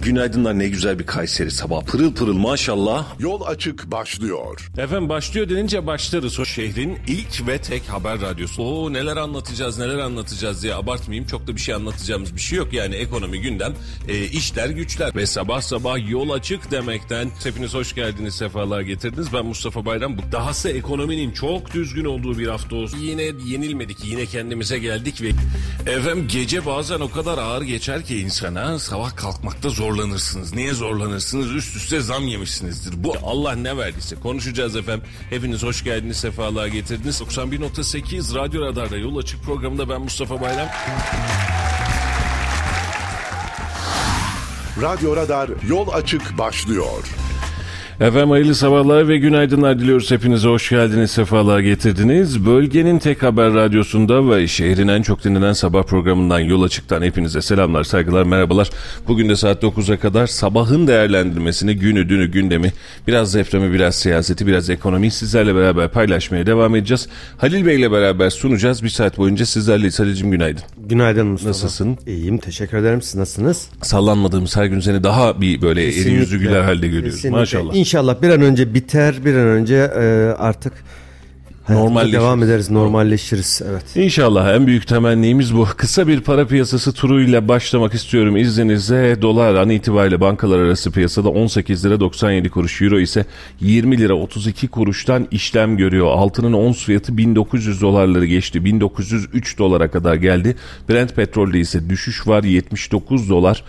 Günaydınlar, ne güzel bir Kayseri sabah. Pırıl pırıl maşallah. Yol Açık başlıyor. Efendim başlıyor denince başlarız. O şehrin ilk ve tek haber radyosu. Oo, neler anlatacağız diye abartmayayım. Çok da bir şey anlatacağımız bir şey yok. Yani ekonomi, gündem, işler güçler. Ve sabah sabah Yol Açık demekten hepiniz hoş geldiniz, sefalar getirdiniz. Ben Mustafa Bayram. Dahası ekonominin çok düzgün olduğu bir hafta olsun. Yine yenilmedik, yine kendimize geldik ve efendim gece bazen o kadar ağır geçer ki insana, sabah kalkmakta zorlanırsınız. Niye zorlanırsınız? Üst üste zam yemişsinizdir. Bu Allah ne verdiyse. Konuşacağız efendim. Hepiniz hoş geldiniz, sefalar getirdiniz. 91.8 Radyo Radar'da Yol Açık programında ben Mustafa Bayram. Radyo Radar Yol Açık başlıyor. Efendim hayırlı sabahlar ve günaydınlar diliyoruz. Hepinize hoş geldiniz, sefalar getirdiniz. Bölgenin tek haber radyosunda ve şehrin en çok dinlenen sabah programından Yol Açık'tan hepinize selamlar, saygılar, merhabalar. Bugün de saat 9'a kadar sabahın değerlendirmesini, günü, dünü, gündemi, biraz depremi, biraz siyaseti, biraz ekonomiyi sizlerle beraber paylaşmaya devam edeceğiz. Halil Bey ile beraber sunacağız. Bir saat boyunca sizlerleyiz. Halil'cim günaydın. Günaydın Mustafa. Nasılsın? İyiyim, teşekkür ederim. Siz nasılsınız? Sallanmadığımız her gün seni daha bir böyle eli yüzü güler halde görüyoruz. Kesinlikle. Maşallah. İnşallah bir an önce biter, bir an önce artık devam ederiz, normalleşiriz. Evet. İnşallah, en büyük temennimiz bu. Kısa bir para piyasası turuyla başlamak istiyorum izninizle. Dolar an itibariyle bankalar arası piyasada 18 lira 97 kuruş, euro ise 20 lira 32 kuruştan işlem görüyor. Altının ons fiyatı 1900 dolarları geçti. 1903 dolara kadar geldi. Brent petrolde ise düşüş var. 79 dolar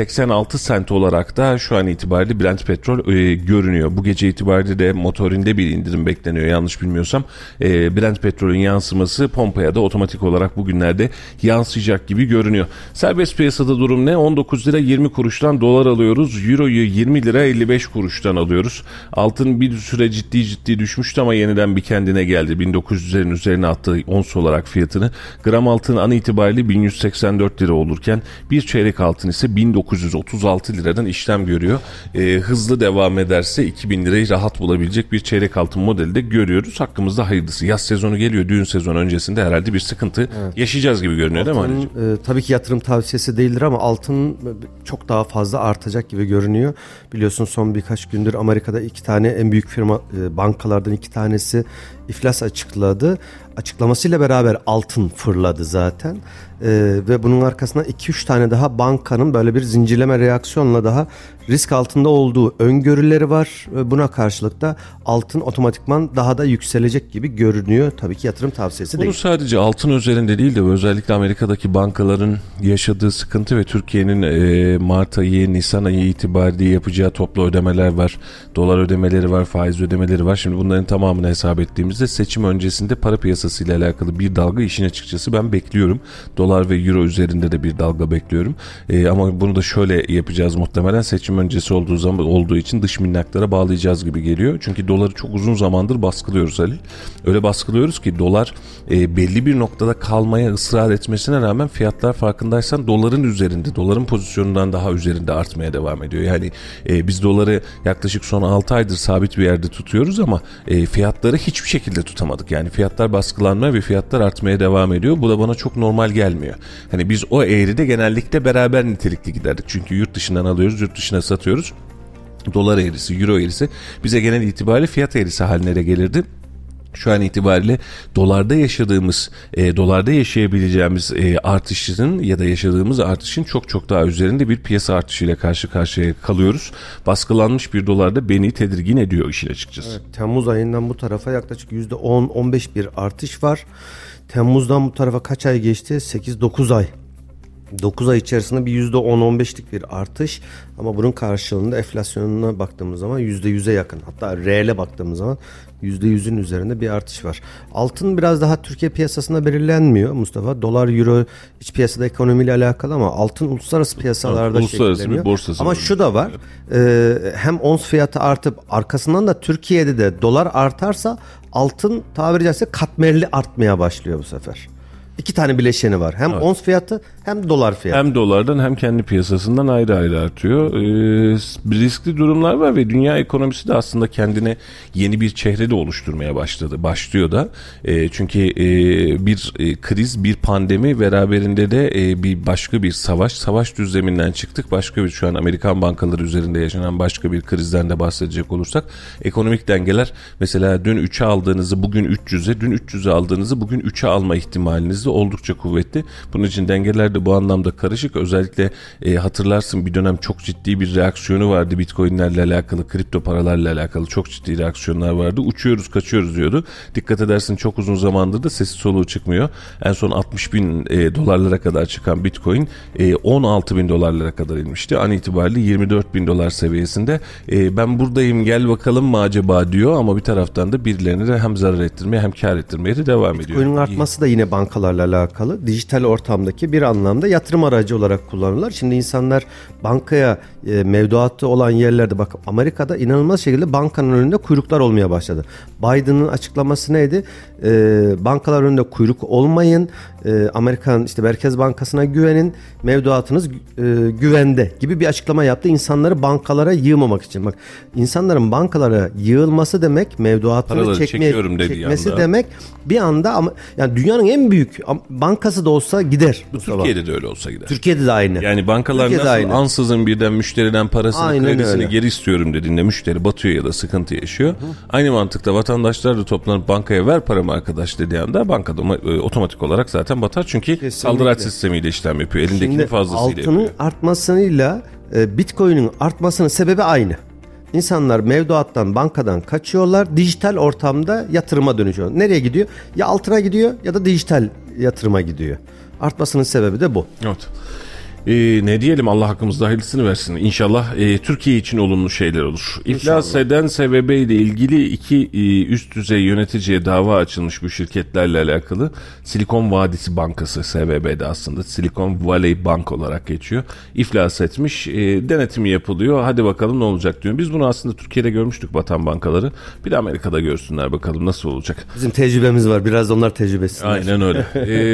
86 sent olarak da şu an itibariyle Brent petrol görünüyor. Bu gece itibariyle de motorinde bir indirim bekleniyor yanlış bilmiyorsam. Brent petrolün yansıması pompaya da otomatik olarak bugünlerde yansıyacak gibi görünüyor. Serbest piyasada durum ne? 19 lira 20 kuruştan dolar alıyoruz. Euro'yu 20 lira 55 kuruştan alıyoruz. Altın bir süre ciddi düşmüştü ama yeniden bir kendine geldi. 1900'lerin üzerine attı ons olarak fiyatını. Gram altın an itibariyle 1184 lira olurken bir çeyrek altın ise 1936 liradan işlem görüyor. Hızlı devam ederse 2000 lirayı rahat bulabilecek bir çeyrek altın modeli de görüyoruz. Hakkımızda hayırlısı. Yaz sezonu geliyor. Düğün sezonu öncesinde herhalde bir sıkıntı yaşayacağız gibi görünüyor, altın, değil mi anneciğim? Tabii ki yatırım tavsiyesi değildir ama altın çok daha fazla artacak gibi görünüyor. Biliyorsun son birkaç gündür Amerika'da iki tane en büyük firma, bankalardan iki tanesi iflas açıkladı. Açıklamasıyla beraber altın fırladı zaten. Ve bunun arkasında 2-3 tane daha bankanın böyle bir zincirleme reaksiyonla daha risk altında olduğu öngörüleri var. Buna karşılık da altın otomatikman daha da yükselecek gibi görünüyor. Tabii ki yatırım tavsiyesi değil. Bunu sadece altın üzerinde değil de özellikle Amerika'daki bankaların yaşadığı sıkıntı ve Türkiye'nin Mart ayı, Nisan ayı itibariyle yapacağı toplu ödemeler var. Dolar ödemeleri var, faiz ödemeleri var. Şimdi bunların tamamını hesap ettiğimizde seçim öncesinde para piyasası ile alakalı bir dalga işin açıkçası ben bekliyorum. Dolar ve euro üzerinde de bir dalga bekliyorum. Ama bunu da şöyle yapacağız muhtemelen. Seçim öncesi olduğu için dış minnaklara bağlayacağız gibi geliyor. Çünkü doları çok uzun zamandır baskılıyoruz Halil. Öyle baskılıyoruz ki dolar belli bir noktada kalmaya ısrar etmesine rağmen fiyatlar farkındaysan doların üzerinde, doların pozisyonundan daha üzerinde artmaya devam ediyor. Yani biz doları yaklaşık son 6 aydır sabit bir yerde tutuyoruz ama fiyatları hiçbir şekilde tutamadık. Yani fiyatlar baskılanmaya ve fiyatlar artmaya devam ediyor. Bu da bana çok normal gelmiyor. Hani biz o eğride genellikle beraber nitelikli giderdik. Çünkü yurt dışından alıyoruz, yurt dışına satıyoruz. Dolar eğrisi, euro eğrisi bize genel itibariyle fiyat eğrisi haline gelirdi. Şu an itibariyle dolarda yaşayabileceğimiz artışın ya da yaşadığımız artışın çok daha üzerinde bir piyasa artışıyla karşı karşıya kalıyoruz. Baskılanmış bir dolar da beni tedirgin ediyor işin açıkçası. Evet, Temmuz ayından bu tarafa yaklaşık %10-15 bir artış var. Temmuz'dan bu tarafa kaç ay geçti? 8-9 ay. 9 ay içerisinde bir %10-15'lik bir artış ama bunun karşılığında enflasyonuna baktığımız zaman %100'e yakın, hatta reale baktığımız zaman %100'ün üzerinde bir artış var. Altın biraz daha Türkiye piyasasında belirlenmiyor Mustafa. Dolar, euro iç piyasada ekonomiyle alakalı ama altın uluslararası piyasalarda şekilleniyor. Ama şu da var, hem ons fiyatı artıp arkasından da Türkiye'de de dolar artarsa altın tabiri caizse katmerli artmaya başlıyor bu sefer. İki tane bileşeni var. Hem ons fiyatı hem dolar fiyatı. Hem dolardan hem kendi piyasasından ayrı ayrı artıyor. Riskli durumlar var ve dünya ekonomisi de aslında kendine yeni bir çehre de oluşturmaya başlıyor da. Çünkü bir kriz, bir pandemi beraberinde de başka bir savaş düzleminden çıktık. Başka bir, şu an Amerikan bankaları üzerinde yaşanan başka bir krizden de bahsedecek olursak, ekonomik dengeler, mesela dün 3'e aldığınızı bugün 300'e, dün 300'e aldığınızı bugün 3'e alma ihtimaliniz de oldukça kuvvetli. Bunun için dengeler de bu anlamda karışık. Özellikle hatırlarsın, bir dönem çok ciddi bir reaksiyonu vardı Bitcoin'lerle alakalı, kripto paralarla alakalı çok ciddi reaksiyonlar vardı. Uçuyoruz, kaçıyoruz diyordu. Dikkat edersin çok uzun zamandır da sesi soluğu çıkmıyor. En son 60 bin dolarlara kadar çıkan Bitcoin 16 bin dolarlara kadar inmişti. An itibariyle 24 bin dolar seviyesinde. Ben buradayım, gel bakalım mı acaba diyor, ama bir taraftan da birilerini de hem zarar ettirmeye hem kar ettirmeye de devam ediyor. Bitcoin'in artması da yine bankalarla alakalı. Dijital ortamdaki bir anlamda yatırım aracı olarak kullanırlar. Şimdi insanlar bankaya mevduatı olan yerlerde, bak Amerika'da inanılmaz şekilde bankanın önünde kuyruklar olmaya başladı. Biden'ın açıklaması neydi? Bankalar önünde kuyruk olmayın. Amerikan işte Merkez Bankası'na güvenin. Mevduatınız güvende gibi bir açıklama yaptı. İnsanları bankalara yığmamak için. Bak, insanların bankalara yığılması demek mevduatını çekmesi demek. Bir anda ama yani dünyanın en büyük bankası da olsa gider. Türkiye'de de öyle olsa gider. Türkiye'de de aynı. Yani bankalar Türkiye'de nasıl aynı. ansızın birden müşteriden parasını, Aynen kredisini öyle. geri istiyorum dediğinde müşteri batıyor ya da sıkıntı yaşıyor. Aynı mantıkta vatandaşlar da toplanıp bankaya ver paramı arkadaş dediği anda bankada otomatik olarak zaten batar. Çünkü saldıraç sistemiyle işlem yapıyor. Elindekinin fazlasıyla yapıyor. Altının artmasıyla Bitcoin'in artmasının sebebi aynı. İnsanlar mevduattan, bankadan kaçıyorlar. Dijital ortamda yatırıma dönüşüyor. Nereye gidiyor? Ya altına gidiyor ya da dijital yatırıma gidiyor. Artmasının sebebi de bu. Evet. Ne diyelim, Allah hakkımızda hayırlısını versin. İnşallah Türkiye için olumlu şeyler olur. İflas eden SVB ile ilgili iki üst düzey yöneticiye dava açılmış bu şirketlerle alakalı. Silikon Vadisi Bankası, SVB'de aslında Silicon Valley Bank olarak geçiyor. İflas etmiş. Denetimi yapılıyor. Hadi bakalım ne olacak diyor. Biz bunu aslında Türkiye'de görmüştük, batan bankaları. Bir de Amerika'da görsünler bakalım nasıl olacak. Bizim tecrübemiz var. Biraz da onlar tecrübesiz. Aynen öyle.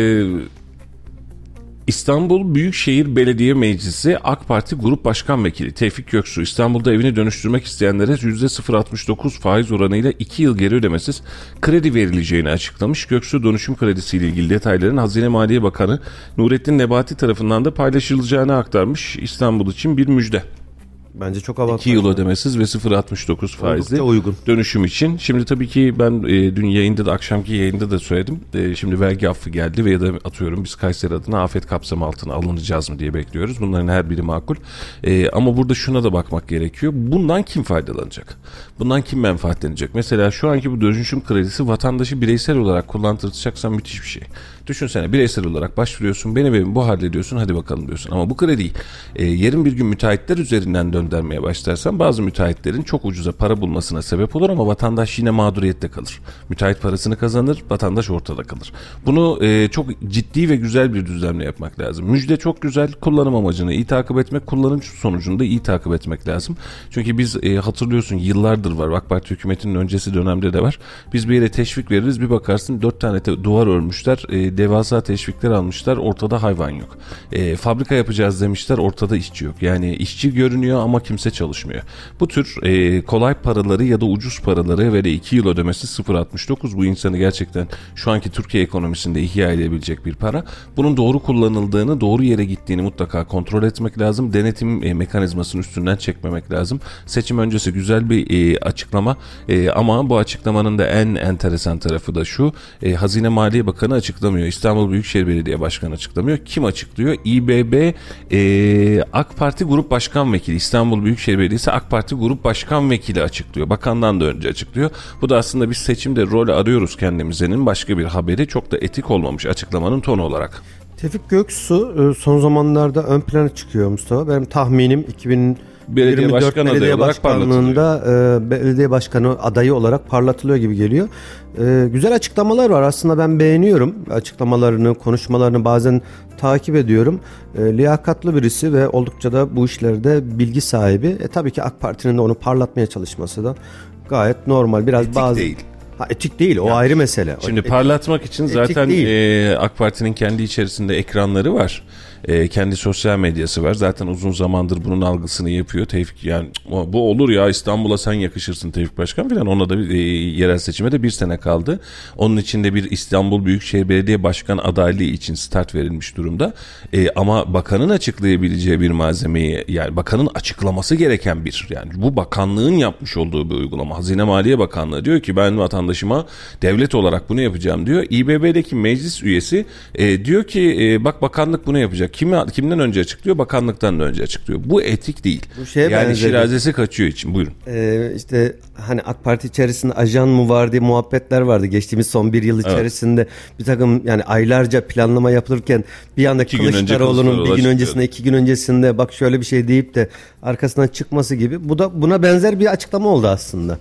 İstanbul Büyükşehir Belediye Meclisi AK Parti Grup Başkan Vekili Tevfik Göksu, İstanbul'da evini dönüştürmek isteyenlere %0.69 faiz oranıyla 2 yıl geri ödemesiz kredi verileceğini açıklamış. Göksu, dönüşüm kredisiyle ilgili detayların Hazine Maliye Bakanı Nurettin Nebati tarafından da paylaşılacağını aktarmış. İstanbul için bir müjde. Bence çok avantajlı. 2 yıl ödemesiz ve 0.69 faizli uygun dönüşüm için. Şimdi tabii ki ben dün yayında da, akşamki yayında da söyledim. Şimdi vergi affı geldi ve ya da atıyorum biz Kayseri adına afet kapsamı altına alınacağız mı diye bekliyoruz. Bunların her biri makul. Ama burada şuna da bakmak gerekiyor. Bundan kim faydalanacak? Bundan kim menfaatlenecek? Mesela şu anki bu dönüşüm kredisi vatandaşı bireysel olarak kullandıracaksan müthiş bir şey. Düşünsene, bireysel olarak başvuruyorsun, benim evim bu halde diyorsun, hadi bakalım diyorsun. Ama bu krediyi yarın bir gün müteahhitler üzerinden döndürmeye başlarsan bazı müteahhitlerin çok ucuza para bulmasına sebep olur ama vatandaş yine mağduriyette kalır. Müteahhit parasını kazanır, vatandaş ortada kalır. Bunu çok ciddi ve güzel bir düzlemle yapmak lazım. Müjde çok güzel, kullanım amacını iyi takip etmek, kullanım sonucunu da iyi takip etmek lazım. Çünkü biz hatırlıyorsun yıllardır var, AK Parti hükümetinin öncesi dönemde de var. Biz bir yere teşvik veririz, bir bakarsın 4 tane duvar örmüşler, devasa teşvikler almışlar, ortada hayvan yok. Fabrika yapacağız demişler, ortada işçi yok. Yani işçi görünüyor ama kimse çalışmıyor. Bu tür kolay paraları ya da ucuz paraları ve de 2 yıl ödemesi 0.69 bu insanı gerçekten şu anki Türkiye ekonomisinde ihya edebilecek bir para. Bunun doğru kullanıldığını, doğru yere gittiğini mutlaka kontrol etmek lazım. Denetim mekanizmasının üstünden çekmemek lazım. Seçim öncesi güzel bir açıklama ama bu açıklamanın da en enteresan tarafı da şu: Hazine Maliye Bakanı açıklamıyor. İstanbul Büyükşehir Belediye Başkanı açıklamıyor. Kim açıklıyor? İBB AK Parti Grup Başkan Vekili, İstanbul Büyükşehir Belediyesi AK Parti Grup Başkan Vekili açıklıyor. Bakandan da önce açıklıyor. Bu da aslında biz seçimde rol arıyoruz kendimizenin başka bir haberi. Çok da etik olmamış açıklamanın tonu olarak. Tevfik Göksu son zamanlarda ön plana çıkıyor Mustafa. Benim tahminim 2024 belediye başkanlığında belediye başkanı adayı olarak parlatılıyor gibi geliyor. Güzel açıklamalar var. Aslında ben beğeniyorum açıklamalarını, konuşmalarını bazen takip ediyorum. Liyakatlı birisi ve oldukça da bu işlerde bilgi sahibi. Tabii ki AK Parti'nin de onu parlatmaya çalışması da gayet normal. Biraz Etik bazı değil. Etik değil, o ayrı mesele. Şimdi parlatmak için zaten AK Parti'nin kendi içerisinde ekranları var. Kendi sosyal medyası var. Zaten uzun zamandır bunun algısını yapıyor. Tevfik, yani bu olur ya, İstanbul'a sen yakışırsın Tevfik Başkan falan. Ona da yerel seçime de 1 sene kaldı. Onun içinde bir İstanbul Büyükşehir Belediye Başkan adaylığı için start verilmiş durumda. Ama bakanın açıklayabileceği bir malzemeyi, yani bakanın açıklaması gereken yani bu bakanlığın yapmış olduğu bir uygulama. Hazine Maliye Bakanlığı diyor ki ben vatandaşıma devlet olarak bunu yapacağım diyor. İBB'deki meclis üyesi diyor ki bak bakanlık bunu yapacak. Kimden önce açıklıyor? Bakanlıktan önce açıklıyor. Bu etik değil. Bu yani şirazesi kaçıyor için. Buyurun. İşte hani AK Parti içerisinde ajan mı var diye muhabbetler vardı. Geçtiğimiz son 1 yıl içerisinde bir takım yani aylarca planlama yapılırken bir anda Kılıçdaroğlu'nun bir gün öncesinde 2 gün öncesinde bak şöyle bir şey deyip de arkasından çıkması gibi. Bu da buna benzer bir açıklama oldu aslında.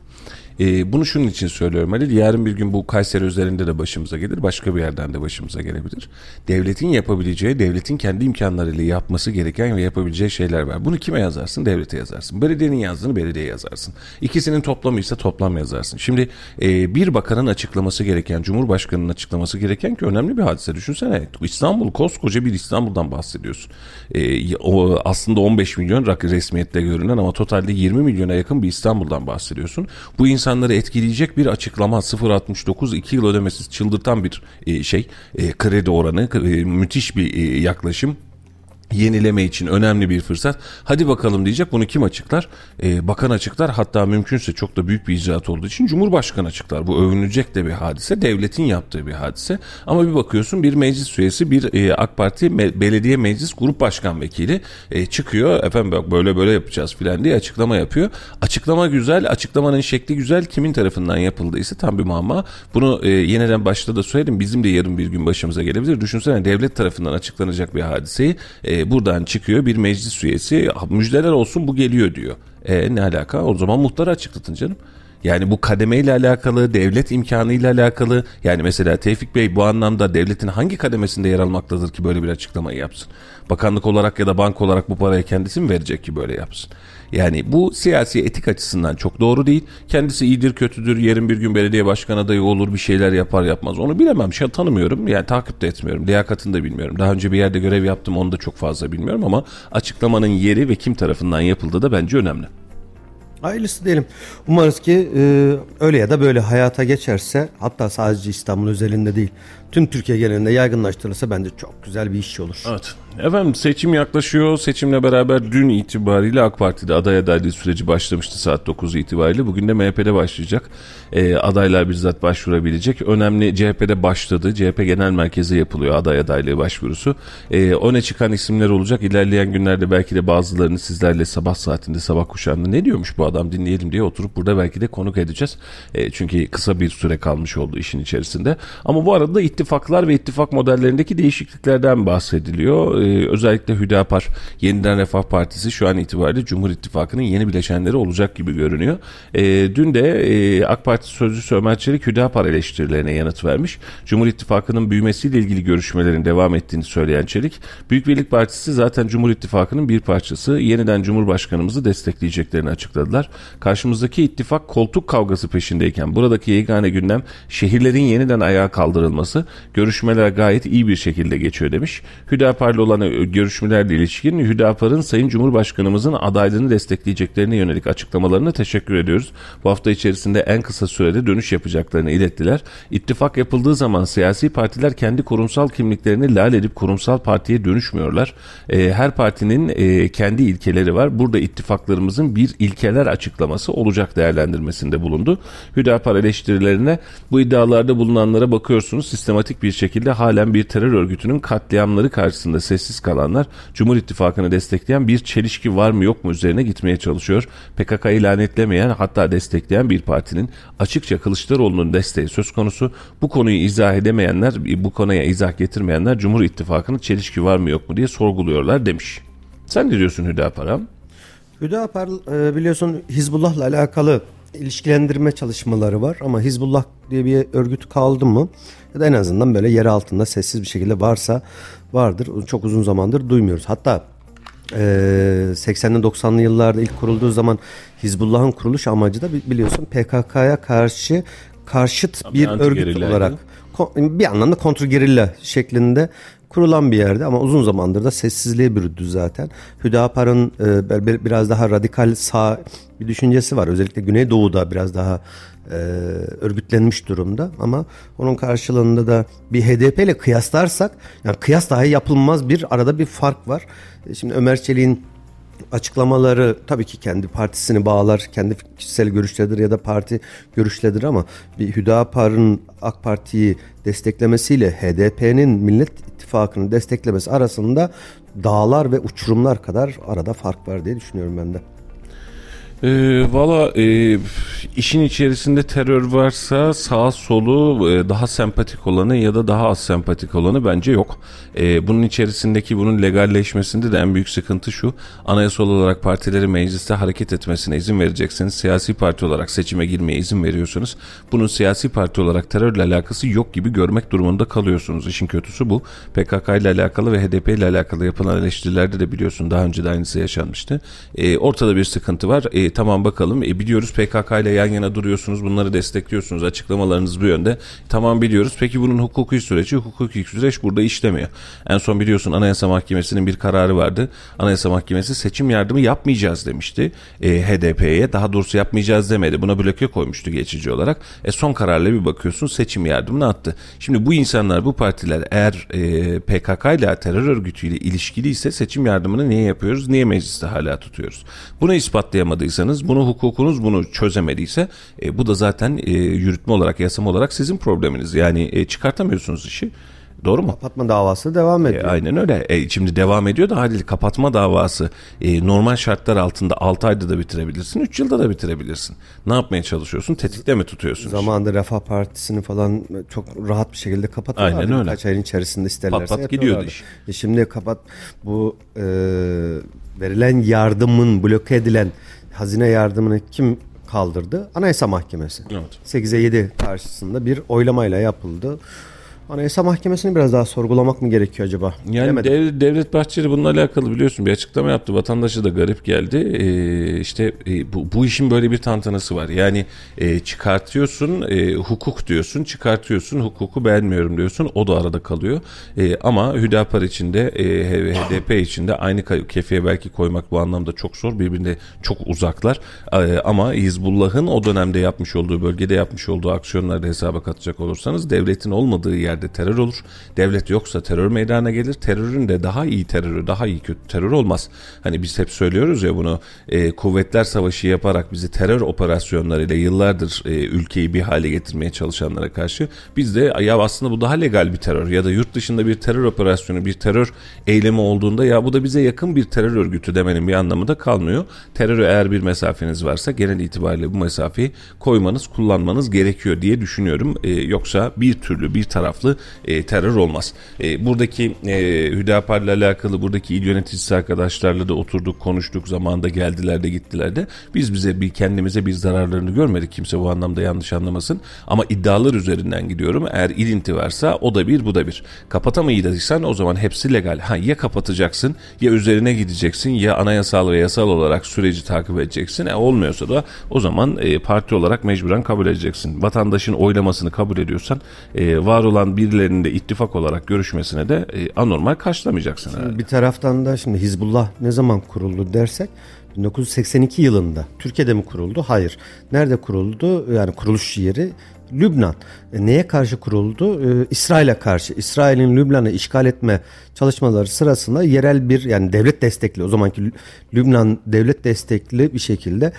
Bunu şunun için söylüyorum Halil. Yarın bir gün bu Kayseri üzerinde de başımıza gelir. Başka bir yerden de başımıza gelebilir. Devletin yapabileceği, devletin kendi imkanlarıyla yapması gereken ve yapabileceği şeyler var. Bunu kime yazarsın? Devlete yazarsın. Belediyenin yazdığını belediyeye yazarsın. İkisinin toplamıysa toplam yazarsın. Şimdi bir bakanın açıklaması gereken, Cumhurbaşkanı'nın açıklaması gereken ki önemli bir hadise. Düşünsene, İstanbul, koskoca bir İstanbul'dan bahsediyorsun. O aslında 15 milyon resmiyette görünen ama totalde 20 milyona yakın bir İstanbul'dan bahsediyorsun. Bu insanları etkileyecek bir açıklama, 0.69 2 yıl ödemesiz, çıldırtan bir kredi oranı, müthiş bir yaklaşım. Yenileme için önemli bir fırsat. Hadi bakalım diyecek. Bunu kim açıklar? Bakan açıklar. Hatta mümkünse çok da büyük bir icraat olduğu için Cumhurbaşkanı açıklar. Bu övünecek de bir hadise. Devletin yaptığı bir hadise. Ama bir bakıyorsun bir meclis üyesi, bir AK Parti belediye meclis grup başkan vekili çıkıyor. Efendim bak böyle yapacağız filan diye açıklama yapıyor. Açıklama güzel. Açıklamanın şekli güzel. Kimin tarafından yapıldıysa tam bir muamma. Bunu yeniden başta da söyledim. Bizim de yarın bir gün başımıza gelebilir. Düşünsene, devlet tarafından açıklanacak bir hadiseyi buradan çıkıyor bir meclis üyesi, müjdeler olsun bu geliyor diyor. Ne alaka? O zaman muhtarı açıklatın canım. Yani bu kademeyle alakalı, devlet imkanıyla alakalı. Yani mesela Tevfik Bey bu anlamda devletin hangi kademesinde yer almaktadır ki böyle bir açıklamayı yapsın? Bakanlık olarak ya da banka olarak bu parayı kendisi mi verecek ki böyle yapsın? Yani bu siyasi etik açısından çok doğru değil. Kendisi iyidir kötüdür, yarın bir gün belediye başkan adayı olur, bir şeyler yapar yapmaz. Onu bilemem, tanımıyorum, yani takip de etmiyorum, liyakatını da bilmiyorum. Daha önce bir yerde görev yaptım, onu da çok fazla bilmiyorum ama açıklamanın yeri ve kim tarafından yapıldığı da bence önemli. Hayırlısı diyelim. Umarız ki öyle ya da böyle hayata geçerse, hatta sadece İstanbul özelinde değil, tüm Türkiye genelinde yaygınlaştırılırsa bence çok güzel bir iş olur. Evet. Efendim seçim yaklaşıyor. Seçimle beraber dün itibariyle AK Parti'de aday adaylığı süreci başlamıştı saat 9 itibariyle. Bugün de MHP'de başlayacak. Adaylar bizzat başvurabilecek. Önemli, CHP'de başladı. CHP Genel Merkezi yapılıyor aday adaylığı başvurusu. Öne çıkan isimler olacak. İlerleyen günlerde belki de bazılarını sizlerle sabah saatinde, sabah kuşağında ne diyormuş bu adam dinleyelim diye oturup burada belki de konuk edeceğiz. Çünkü kısa bir süre kalmış oldu işin içerisinde. Ama bu arada ittifaklar ve ittifak modellerindeki değişikliklerden bahsediliyor. Özellikle Hüdapar, Yeniden Refah Partisi şu an itibariyle Cumhur İttifakı'nın yeni bileşenleri olacak gibi görünüyor. Dün de AK Parti sözcüsü Ömer Çelik Hüdapar eleştirilerine yanıt vermiş. Cumhur İttifakı'nın büyümesiyle ilgili görüşmelerin devam ettiğini söyleyen Çelik, Büyük Birlik Partisi zaten Cumhur İttifakı'nın bir parçası, yeniden Cumhurbaşkanımızı destekleyeceklerini açıkladılar. Karşımızdaki ittifak koltuk kavgası peşindeyken buradaki yegane gündem şehirlerin yeniden ayağa kaldırılması, görüşmeler gayet iyi bir şekilde geçiyor demiş. Hüdapar'la olan görüşmelerle ilişkin Hüdapar'ın Sayın Cumhurbaşkanımızın adaylığını destekleyeceklerine yönelik açıklamalarına teşekkür ediyoruz. Bu hafta içerisinde en kısa sürede dönüş yapacaklarını ilettiler. İttifak yapıldığı zaman siyasi partiler kendi kurumsal kimliklerini lal edip kurumsal partiye dönüşmüyorlar. Her partinin kendi ilkeleri var. Burada ittifaklarımızın bir ilkeler açıklaması olacak değerlendirmesinde bulundu. Hüdapar eleştirilerine, bu iddialarda bulunanlara bakıyorsunuz, sistematik bir şekilde halen bir terör örgütünün katliamları karşısında sessiz kalanlar, Cumhur İttifakı'nı destekleyen bir çelişki var mı yok mu üzerine gitmeye çalışıyor. PKK'yı lanetlemeyen, hatta destekleyen bir partinin açıkça Kılıçdaroğlu'nun desteği söz konusu. Bu konuyu izah edemeyenler, bu konuya izah getirmeyenler Cumhur İttifakı'nın çelişki var mı yok mu diye sorguluyorlar demiş. Sen ne diyorsun Hüdapar'a? Hüdapar biliyorsun Hizbullah'la alakalı ilişkilendirme çalışmaları var ama Hizbullah diye bir örgüt kaldı mı ya da en azından böyle yer altında sessiz bir şekilde varsa vardır. Çok uzun zamandır duymuyoruz. Hatta 80'li 90'lı yıllarda ilk kurulduğu zaman Hizbullah'ın kuruluş amacı da biliyorsun PKK'ya karşı karşıt Bir bir örgüt anti-gerilla olarak bir anlamda kontrgerilla şeklinde kurulan bir yerdi ama uzun zamandır da sessizliğe büründü zaten. Hüdapar'ın biraz daha radikal sağ bir düşüncesi var. Özellikle Güneydoğu'da biraz daha örgütlenmiş durumda ama onun karşılığında da bir HDP ile kıyaslarsak, yani kıyas dahi yapılmaz arada bir fark var. Şimdi Ömer Çelik'in açıklamaları tabii ki kendi partisini bağlar, kendi kişisel görüşleridir ya da parti görüşleridir ama bir Hüdapar'ın AK Parti'yi desteklemesiyle HDP'nin Millet İttifakı'nı desteklemesi arasında dağlar ve uçurumlar kadar arada fark var diye düşünüyorum ben de. Valla işin içerisinde terör varsa sağ solu daha sempatik olanı ya da daha az sempatik olanı bence yok. Bunun içerisindeki bunun legalleşmesinde de en büyük sıkıntı şu: anayasal olarak partilerin mecliste hareket etmesine izin vereceksiniz. Siyasi parti olarak seçime girmeye izin veriyorsanız bunun siyasi parti olarak terörle alakası yok gibi görmek durumunda kalıyorsunuz. İşin kötüsü bu. PKK ile alakalı ve HDP ile alakalı yapılan eleştirilerde de biliyorsun daha önce de aynısı yaşanmıştı. Ortada bir sıkıntı var. Tamam bakalım. Biliyoruz PKK ile yan yana duruyorsunuz. Bunları destekliyorsunuz. Açıklamalarınız bu yönde. Tamam biliyoruz. Peki bunun hukuki süreç burada işlemiyor. En son biliyorsun Anayasa Mahkemesi'nin bir kararı vardı. Anayasa Mahkemesi seçim yardımı yapmayacağız demişti. HDP'ye. Daha doğrusu yapmayacağız demedi. Buna bloke koymuştu geçici olarak. Son kararla bir bakıyorsun seçim yardımını attı. Şimdi bu insanlar, bu partiler eğer PKK ile, terör örgütüyle ilişkiliyse seçim yardımını niye yapıyoruz? Niye mecliste hala tutuyoruz? Bunu ispatlayamadıysanız, bunu hukukunuz bunu çözemediyse bu da zaten yürütme olarak, yasama olarak sizin probleminiz. Yani çıkartamıyorsunuz işi. Doğru mu? Kapatma davası devam ediyor. Aynen öyle. Şimdi devam ediyor da haliyle kapatma davası normal şartlar altında 6 ayda da bitirebilirsin, 3 yılda da bitirebilirsin. Ne yapmaya çalışıyorsun? Tetikte mi tutuyorsun? Zamanında Refah Partisi'ni falan çok rahat bir şekilde kapatıyorlar. Aynen öyle. Kaç ayın içerisinde isterlerse Pat gidiyordu iş. Şimdi bu verilen yardımın, bloke edilen hazine yardımını kim kaldırdı? Anayasa Mahkemesi. Evet. 8'e 7 karşısında bir oylamayla yapıldı. Anayasa Mahkemesi'ni biraz daha sorgulamak mı gerekiyor acaba? Yani Devlet Bahçeli bununla alakalı biliyorsun bir açıklama yaptı. Vatandaşa da garip geldi. Bu işin böyle bir tantanası var. Yani çıkartıyorsun, hukuk diyorsun, çıkartıyorsun, hukuku beğenmiyorum diyorsun. O da arada kalıyor. Ama Hüdapar içinde, HDP içinde aynı kefeye belki koymak bu anlamda çok zor. Birbirine çok uzaklar. Ama Hizbullah'ın o dönemde yapmış olduğu, bölgede yapmış olduğu aksiyonları da hesaba katacak olursanız devletin olmadığı yerde terör olur. Devlet yoksa terör meydana gelir. Terörün de daha iyi terörü, daha iyi kötü terör olmaz. Hani biz hep söylüyoruz ya bunu, kuvvetler savaşı yaparak bizi terör operasyonlarıyla yıllardır ülkeyi bir hale getirmeye çalışanlara karşı biz de ya aslında bu daha legal bir terör ya da yurt dışında bir terör operasyonu, bir terör eylemi olduğunda ya bu da bize yakın bir terör örgütü demenin bir anlamı da kalmıyor. Teröre eğer bir mesafeniz varsa genel itibariyle bu mesafeyi koymanız, kullanmanız gerekiyor diye düşünüyorum. Yoksa bir türlü, bir taraflı terör olmaz. Buradaki Hüdapar'la alakalı buradaki il yöneticisi arkadaşlarla da oturduk, konuştuk, zamanında geldiler de gittiler de biz kendimize bir zararlarını görmedik. Kimse bu anlamda yanlış anlamasın. Ama iddialar üzerinden gidiyorum. Eğer ilinti varsa o da bir, bu da bir. Kapatamayacaksan o zaman hepsi legal. Ya kapatacaksın, ya üzerine gideceksin, ya anayasal ve yasal olarak süreci takip edeceksin. Olmuyorsa da o zaman parti olarak mecburen kabul edeceksin. Vatandaşın oylamasını kabul ediyorsan var olan birilerinin de ittifak olarak görüşmesine de anormal karşılamayacaksın herhalde. Bir taraftan da şimdi Hizbullah ne zaman kuruldu dersek 1982 yılında. Türkiye'de mi kuruldu? Hayır. Nerede kuruldu? Yani kuruluş yeri Lübnan. Neye karşı kuruldu? İsrail'e karşı. İsrail'in Lübnan'ı işgal etme çalışmaları sırasında yerel bir, yani devlet destekli, o zamanki Lübnan devlet destekli bir şekilde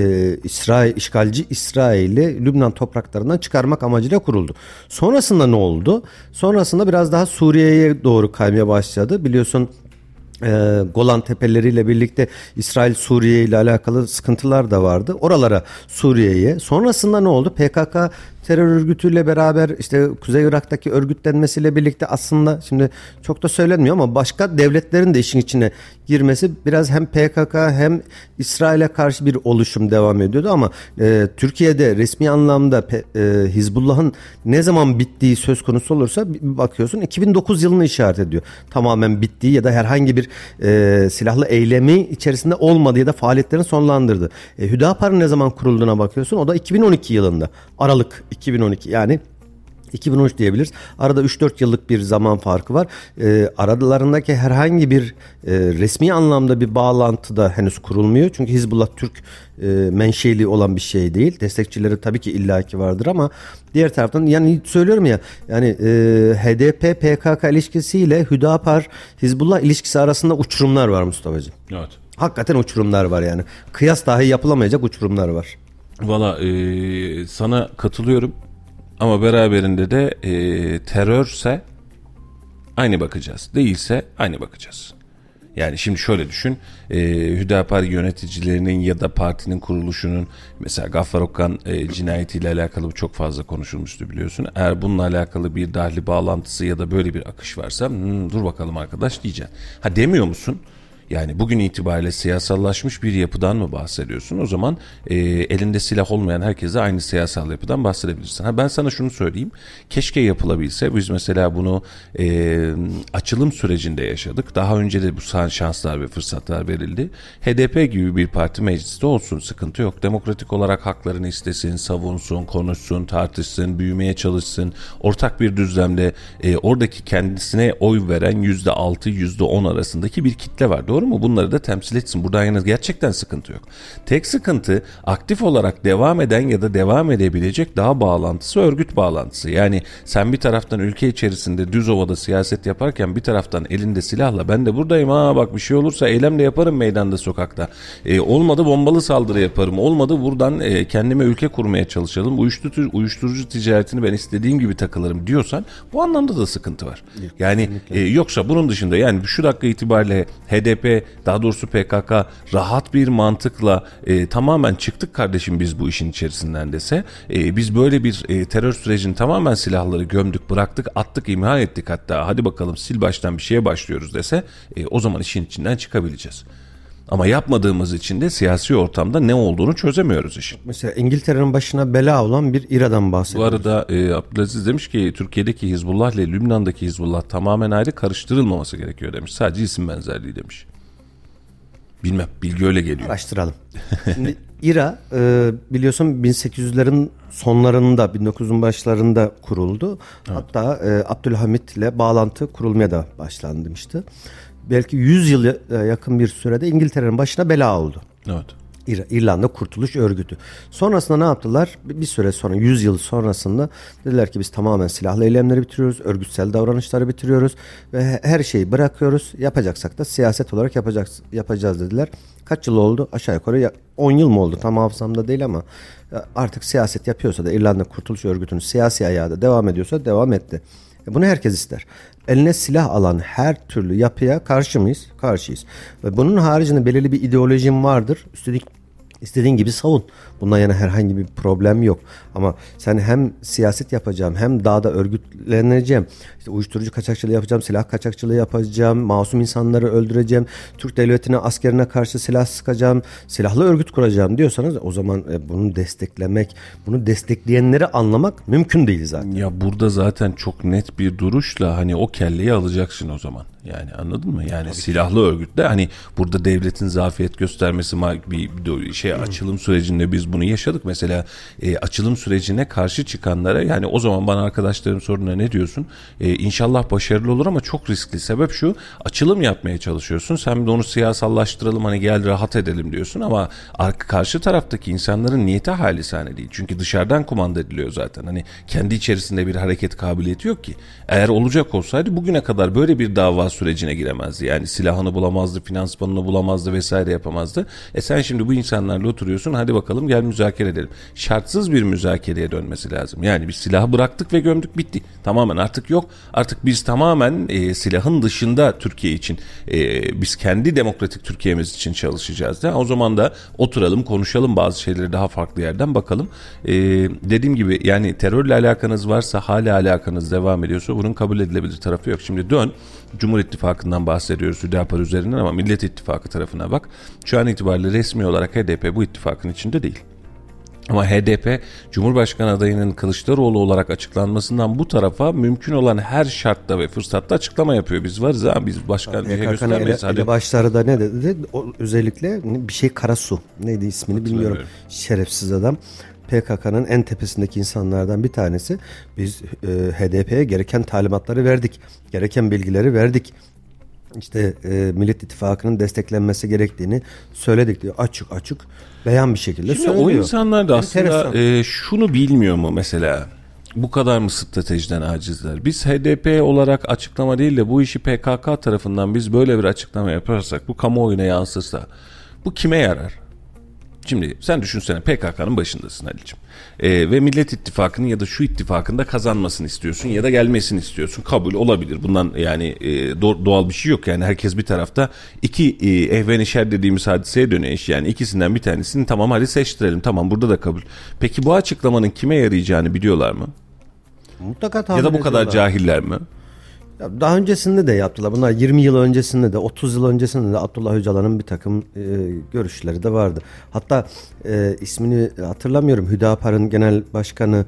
işgalci İsrail'i Lübnan topraklarından çıkarmak amacıyla kuruldu. Sonrasında ne oldu? Sonrasında biraz daha Suriye'ye doğru kaymaya başladı. Biliyorsun Golan tepeleriyle birlikte İsrail Suriye ile alakalı sıkıntılar da vardı. Oralara, Suriye'ye. Sonrasında ne oldu? PKK terör örgütüyle beraber işte Kuzey Irak'taki örgütlenmesiyle birlikte aslında şimdi çok da söylenmiyor ama başka devletlerin de işin içine girmesi biraz hem PKK hem İsrail'e karşı bir oluşum devam ediyordu ama Türkiye'de resmi anlamda Hizbullah'ın ne zaman bittiği söz konusu olursa bir bakıyorsun 2009 yılını işaret ediyor. Tamamen bittiği ya da herhangi bir silahlı eylemi içerisinde olmadı ya da faaliyetlerini sonlandırdı. Hüdapar'ın ne zaman kurulduğuna bakıyorsun. O da 2012 yılında. Aralık 2012 yani 2013 diyebiliriz. Arada 3-4 yıllık bir zaman farkı var. Aralarındaki herhangi bir resmi anlamda bir bağlantı da henüz kurulmuyor. Çünkü Hizbullah Türk menşeli olan bir şey değil. Destekçileri tabii ki illaki vardır ama diğer taraftan yani söylüyorum ya yani HDP PKK ilişkisiyle Hüdapar Hizbullah ilişkisi arasında uçurumlar var Mustafa'cığım. Evet. Hakikaten uçurumlar var yani. Kıyas dahi yapılamayacak uçurumlar var. Valla sana katılıyorum. Ama beraberinde de terörse aynı bakacağız. Değilse aynı bakacağız. Yani şimdi şöyle düşün. Hüdapar yöneticilerinin ya da partinin kuruluşunun mesela Gaffar Okkan cinayetiyle alakalı çok fazla konuşulmuştu biliyorsun. Eğer bununla alakalı bir dahli bağlantısı ya da böyle bir akış varsa dur bakalım arkadaş diyeceksin. Ha demiyor musun? Yani bugün itibariyle siyasallaşmış bir yapıdan mı bahsediyorsun? O zaman elinde silah olmayan herkese aynı siyasal yapıdan bahsedebilirsin. Ha ben sana şunu söyleyeyim. Keşke yapılabilse. Biz mesela bunu açılım sürecinde yaşadık. Daha önce de bu şanslar ve fırsatlar verildi. HDP gibi bir parti mecliste olsun, sıkıntı yok. Demokratik olarak haklarını istesin, savunsun, konuşsun, tartışsın, büyümeye çalışsın. Ortak bir düzlemde oradaki kendisine oy veren %6, %10 arasındaki bir kitle var. Doğru mu? Bunları da temsil etsin. Buradan yana gerçekten sıkıntı yok. Tek sıkıntı aktif olarak devam eden ya da devam edebilecek daha bağlantısı, örgüt bağlantısı. Yani sen bir taraftan ülke içerisinde düz ovada siyaset yaparken bir taraftan elinde silahla ben de buradayım bak bir şey olursa eylemle yaparım meydanda sokakta. Olmadı bombalı saldırı yaparım. Olmadı buradan kendime ülke kurmaya çalışalım. Uyuşturucu ticaretini ben istediğim gibi takılırım diyorsan bu anlamda da sıkıntı var. Yani yoksa bunun dışında yani şu dakika itibariyle HDP daha doğrusu PKK rahat bir mantıkla tamamen çıktık kardeşim biz bu işin içerisinden dese biz böyle bir terör sürecini tamamen silahları gömdük bıraktık attık imha ettik hatta hadi bakalım sil baştan bir şeye başlıyoruz dese o zaman işin içinden çıkabileceğiz. Ama yapmadığımız için de siyasi ortamda ne olduğunu çözemiyoruz işin. Mesela İngiltere'nin başına bela olan bir İRA'dan bahsediyoruz. Bu arada Abdülaziz demiş ki Türkiye'deki Hizbullah ile Lübnan'daki Hizbullah tamamen ayrı karıştırılmaması gerekiyor demiş. Sadece isim benzerliği demiş. Bilmem bilgi öyle geliyor. Araştıralım. Şimdi İRA biliyorsun 1800'lerin sonlarında 1900'ün başlarında kuruldu. Evet. Hatta Abdülhamit ile bağlantı kurulmaya da başlanmıştı. Belki 100 yıl yakın bir sürede İngiltere'nin başına bela oldu. Evet. İrlanda Kurtuluş Örgütü. Sonrasında ne yaptılar? Bir süre sonra 100 yıl sonrasında dediler ki biz tamamen silahlı eylemleri bitiriyoruz. Örgütsel davranışları bitiriyoruz. Ve her şeyi bırakıyoruz. Yapacaksak da siyaset olarak yapacağız dediler. Kaç yıl oldu? Aşağı yukarı 10 yıl mı oldu? Tam hafızamda değil ama artık siyaset yapıyorsa da İrlanda Kurtuluş Örgütü'nün siyasi ayağı da devam ediyorsa devam etti. Bunu herkes ister. Eline silah alan her türlü yapıya karşı mıyız? Karşıyız. Ve bunun haricinde belirli bir ideolojim vardır. İstediğin gibi savun. Bundan yana herhangi bir problem yok. Ama sen hem siyaset yapacağım hem daha da örgütleneceğim. İşte uyuşturucu kaçakçılığı yapacağım, silah kaçakçılığı yapacağım, masum insanları öldüreceğim, Türk devletine, askerine karşı silah sıkacağım, silahlı örgüt kuracağım diyorsanız o zaman bunu desteklemek, bunu destekleyenleri anlamak mümkün değil zaten. Ya burada zaten çok net bir duruşla hani o kelleyi alacaksın o zaman. Yani anladın mı? Yani tabii silahlı örgütle hani burada devletin zafiyet göstermesi bir şey açılım sürecinde biz bunu yaşadık. Mesela açılım sürecine karşı çıkanlara yani o zaman bana arkadaşlarım sorduğunda ne diyorsun? İnşallah başarılı olur ama çok riskli. Sebep şu, açılım yapmaya çalışıyorsun. Sen de onu siyasallaştıralım hani gel rahat edelim diyorsun ama karşı taraftaki insanların niyeti halisane değil. Çünkü dışarıdan kumanda ediliyor zaten. Hani kendi içerisinde bir hareket kabiliyeti yok ki. Eğer olacak olsaydı bugüne kadar böyle bir dava sürecine giremezdi. Yani silahını bulamazdı, finansmanını bulamazdı vesaire yapamazdı. Sen şimdi bu insanlarla oturuyorsun hadi bakalım gel müzakere edelim. Şartsız bir müzakereye dönmesi lazım. Yani biz silahı bıraktık ve gömdük bitti. Tamamen artık yok. Artık biz tamamen silahın dışında Türkiye için biz kendi demokratik Türkiye'miz için çalışacağız. O zaman da oturalım konuşalım bazı şeyleri daha farklı yerden bakalım. Dediğim gibi yani terörle alakanız varsa hala alakanız devam ediyorsa bunun kabul edilebilir tarafı yok. Şimdi dön Cumhur İttifakı'ndan bahsediyoruz Hüdapar üzerinden ama Millet İttifakı tarafına bak. Şu an itibariyle resmi olarak HDP bu ittifakın içinde değil. Ama HDP Cumhurbaşkanı adayının Kılıçdaroğlu olarak açıklanmasından bu tarafa mümkün olan her şartta ve fırsatta açıklama yapıyor. Biz varız ha, biz başka bir şey göstermeyiz. PKK'nın başları da ne dedi? Özellikle bir şey Karasu. Neydi ismini bilmiyorum. Şerefsiz adam. PKK'nın en tepesindeki insanlardan bir tanesi. Biz HDP'ye gereken talimatları verdik. Gereken bilgileri verdik. İşte Millet İttifakı'nın desteklenmesi gerektiğini söyledik diyor. Açık beyan bir şekilde Şimdi söylüyor. o insanlar da aslında Enteresan. şunu bilmiyor mu mesela? Bu kadar mı stratejiden acizler? Biz HDP olarak açıklama değil de bu işi PKK tarafından biz böyle bir açıklama yaparsak, bu kamuoyuna yansırsa bu kime yarar? Şimdi sen düşünsene, PKK'nın başındasın Ali'cim. Ve Millet İttifakı'nın ya da şu ittifakın da kazanmasını istiyorsun ya da gelmesini istiyorsun. Kabul olabilir. Bundan yani doğal bir şey yok. Yani herkes bir tarafta iki ehvenişer dediğimiz hadiseye dönüyor iş. Yani ikisinden bir tanesini tamam hadi seçtirelim. Tamam, burada da kabul. Peki bu açıklamanın kime yarayacağını biliyorlar mı? Mutlaka tahmin Ya da bu kadar ediyorlar. cahiller mi? Ya daha öncesinde de yaptılar. Bunlar 20 yıl öncesinde de 30 yıl öncesinde de Abdullah Öcalan'ın bir takım görüşleri de vardı. Hatta ismini hatırlamıyorum. Hüdapar'ın genel başkanı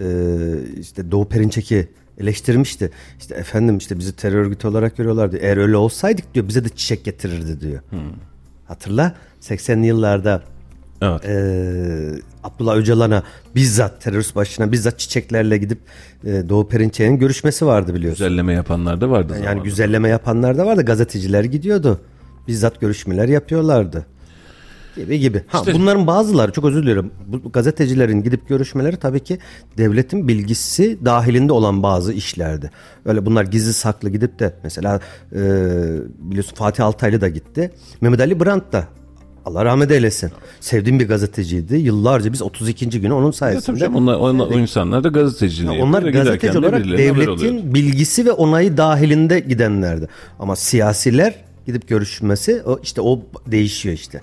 işte Doğu Perinçek'i eleştirmişti. İşte efendim işte bizi terör örgütü olarak görüyorlardı. Eğer öyle olsaydık diyor bize de çiçek getirirdi diyor. Hatırla 80'li yıllarda Evet. Abdullah Öcalan'a bizzat terörist başına bizzat çiçeklerle gidip Doğu Perinçek'in görüşmesi vardı biliyorsun. Güzelleme yapanlar da vardı. Yani zamanında. güzelleme yapanlar da vardı. Gazeteciler gidiyordu. Bizzat görüşmeler yapıyorlardı. Gibi. İşte- Bunların bazıları, çok özür dilerim. Bu gazetecilerin gidip görüşmeleri tabii ki devletin bilgisi dahilinde olan bazı işlerdi. Öyle bunlar gizli saklı gidip de mesela biliyorsun Fatih Altaylı da gitti. Mehmet Ali Brandt da, Allah rahmet eylesin, sevdiğim bir gazeteciydi. Yıllarca biz 32. günü onun Ya sayesinde. tabii canım, o insanlar da gazeteciliği Onlar yapıyor. gazeteci Giderken de olarak birilerine haber oluyor. devletin bilgisi ve onayı dahilinde gidenlerdi. Ama siyasiler gidip görüşmesi işte o değişiyor işte.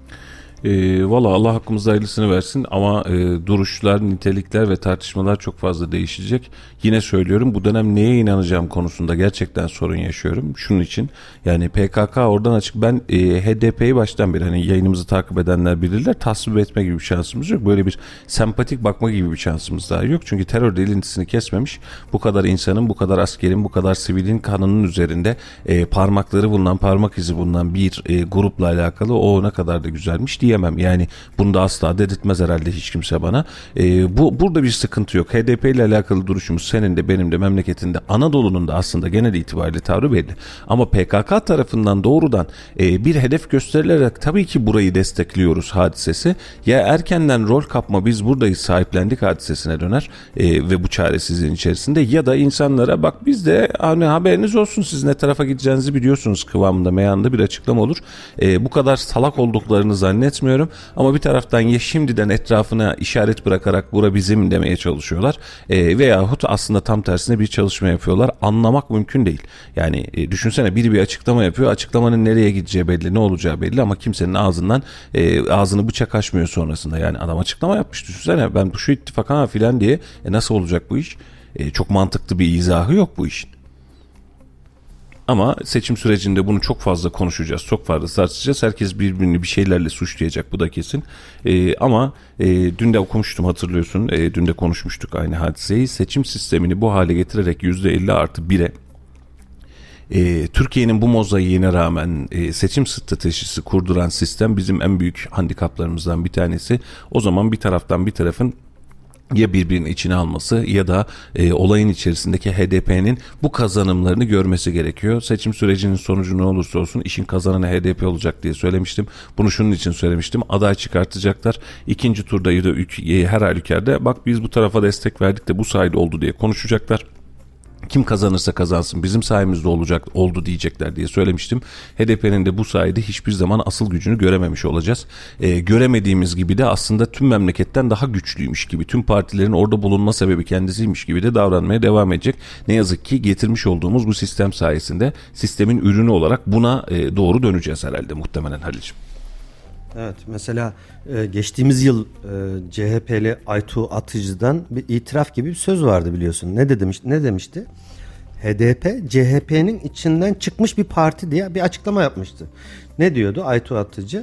Valla Allah hakkımızda hayırlısını versin ama duruşlar, nitelikler ve tartışmalar çok fazla değişecek. Yine söylüyorum, bu dönem neye inanacağım konusunda gerçekten sorun yaşıyorum. Şunun için, yani PKK oradan açık, ben HDP'yi baştan beri, hani yayınımızı takip edenler bilirler, tasvip etme gibi bir şansımız yok. Böyle bir sempatik bakma gibi bir şansımız daha yok. Çünkü terör delintisini kesmemiş, bu kadar insanın, bu kadar askerin, bu kadar sivilin kanının üzerinde parmakları bulunan, parmak izi bulunan bir grupla alakalı o ne kadar da güzelmiş diyemem. Yani bunu da asla dedirtmez herhalde hiç kimse bana. Burada bir sıkıntı yok. HDP ile alakalı duruşumuz senin de benim de memleketinde, Anadolu'nun da aslında genel itibariyle tavrı belli. Ama PKK tarafından doğrudan bir hedef gösterilerek tabii ki burayı destekliyoruz hadisesi ya erkenden rol kapma, biz buradayız sahiplendik hadisesine döner ve bu çaresizliğin içerisinde, ya da insanlara bak biz de hani haberiniz olsun, siz ne tarafa gideceğinizi biliyorsunuz kıvamında, meyanda bir açıklama olur. Bu kadar salak olduklarını zannetmiyorum ama bir taraftan ya şimdiden etrafına işaret bırakarak bura bizim demeye çalışıyorlar veyahut aslında tam tersine bir çalışma yapıyorlar. Anlamak mümkün değil. Yani düşünsene, biri bir açıklama yapıyor. Açıklamanın nereye gideceği belli, ne olacağı belli ama kimsenin ağzını bıçak açmıyor sonrasında. Yani adam açıklama yapmış. Düşünsene, ben şu ittifak filan diye nasıl olacak bu iş? Çok mantıklı bir izahı yok bu işin. Ama seçim sürecinde bunu çok fazla konuşacağız, çok fazla tartışacağız. Herkes birbirini bir şeylerle suçlayacak, bu da kesin. Ama dün de okumuştum, hatırlıyorsun. Dün de konuşmuştuk aynı hadiseyi. Seçim sistemini bu hale getirerek %50+1'e Türkiye'nin bu mozaiğine rağmen seçim stratejisi kurduran sistem bizim en büyük handikaplarımızdan bir tanesi. O zaman bir tarafın ya birbirini içine alması ya da olayın içerisindeki HDP'nin bu kazanımlarını görmesi gerekiyor. Seçim sürecinin sonucu ne olursa olsun işin kazananı HDP olacak diye söylemiştim. Bunu şunun için söylemiştim. Aday çıkartacaklar. İkinci turda ya da her halükarda bak biz bu tarafa destek verdik de bu sayede oldu diye konuşacaklar. Kim kazanırsa kazansın bizim sayemizde oldu diyecekler diye söylemiştim. HDP'nin de bu sayede hiçbir zaman asıl gücünü görememiş olacağız. Göremediğimiz gibi de aslında tüm memleketten daha güçlüymüş gibi, tüm partilerin orada bulunma sebebi kendisiymiş gibi de davranmaya devam edecek. Ne yazık ki getirmiş olduğumuz bu sistem sayesinde sistemin ürünü olarak buna doğru döneceğiz herhalde muhtemelen Halil'ciğim. Evet, mesela geçtiğimiz yıl CHP'li Aytu Atıcı'dan bir itiraf gibi bir söz vardı biliyorsun. Ne demişti? HDP CHP'nin içinden çıkmış bir parti diye bir açıklama yapmıştı. Ne diyordu Aytu Atıcı?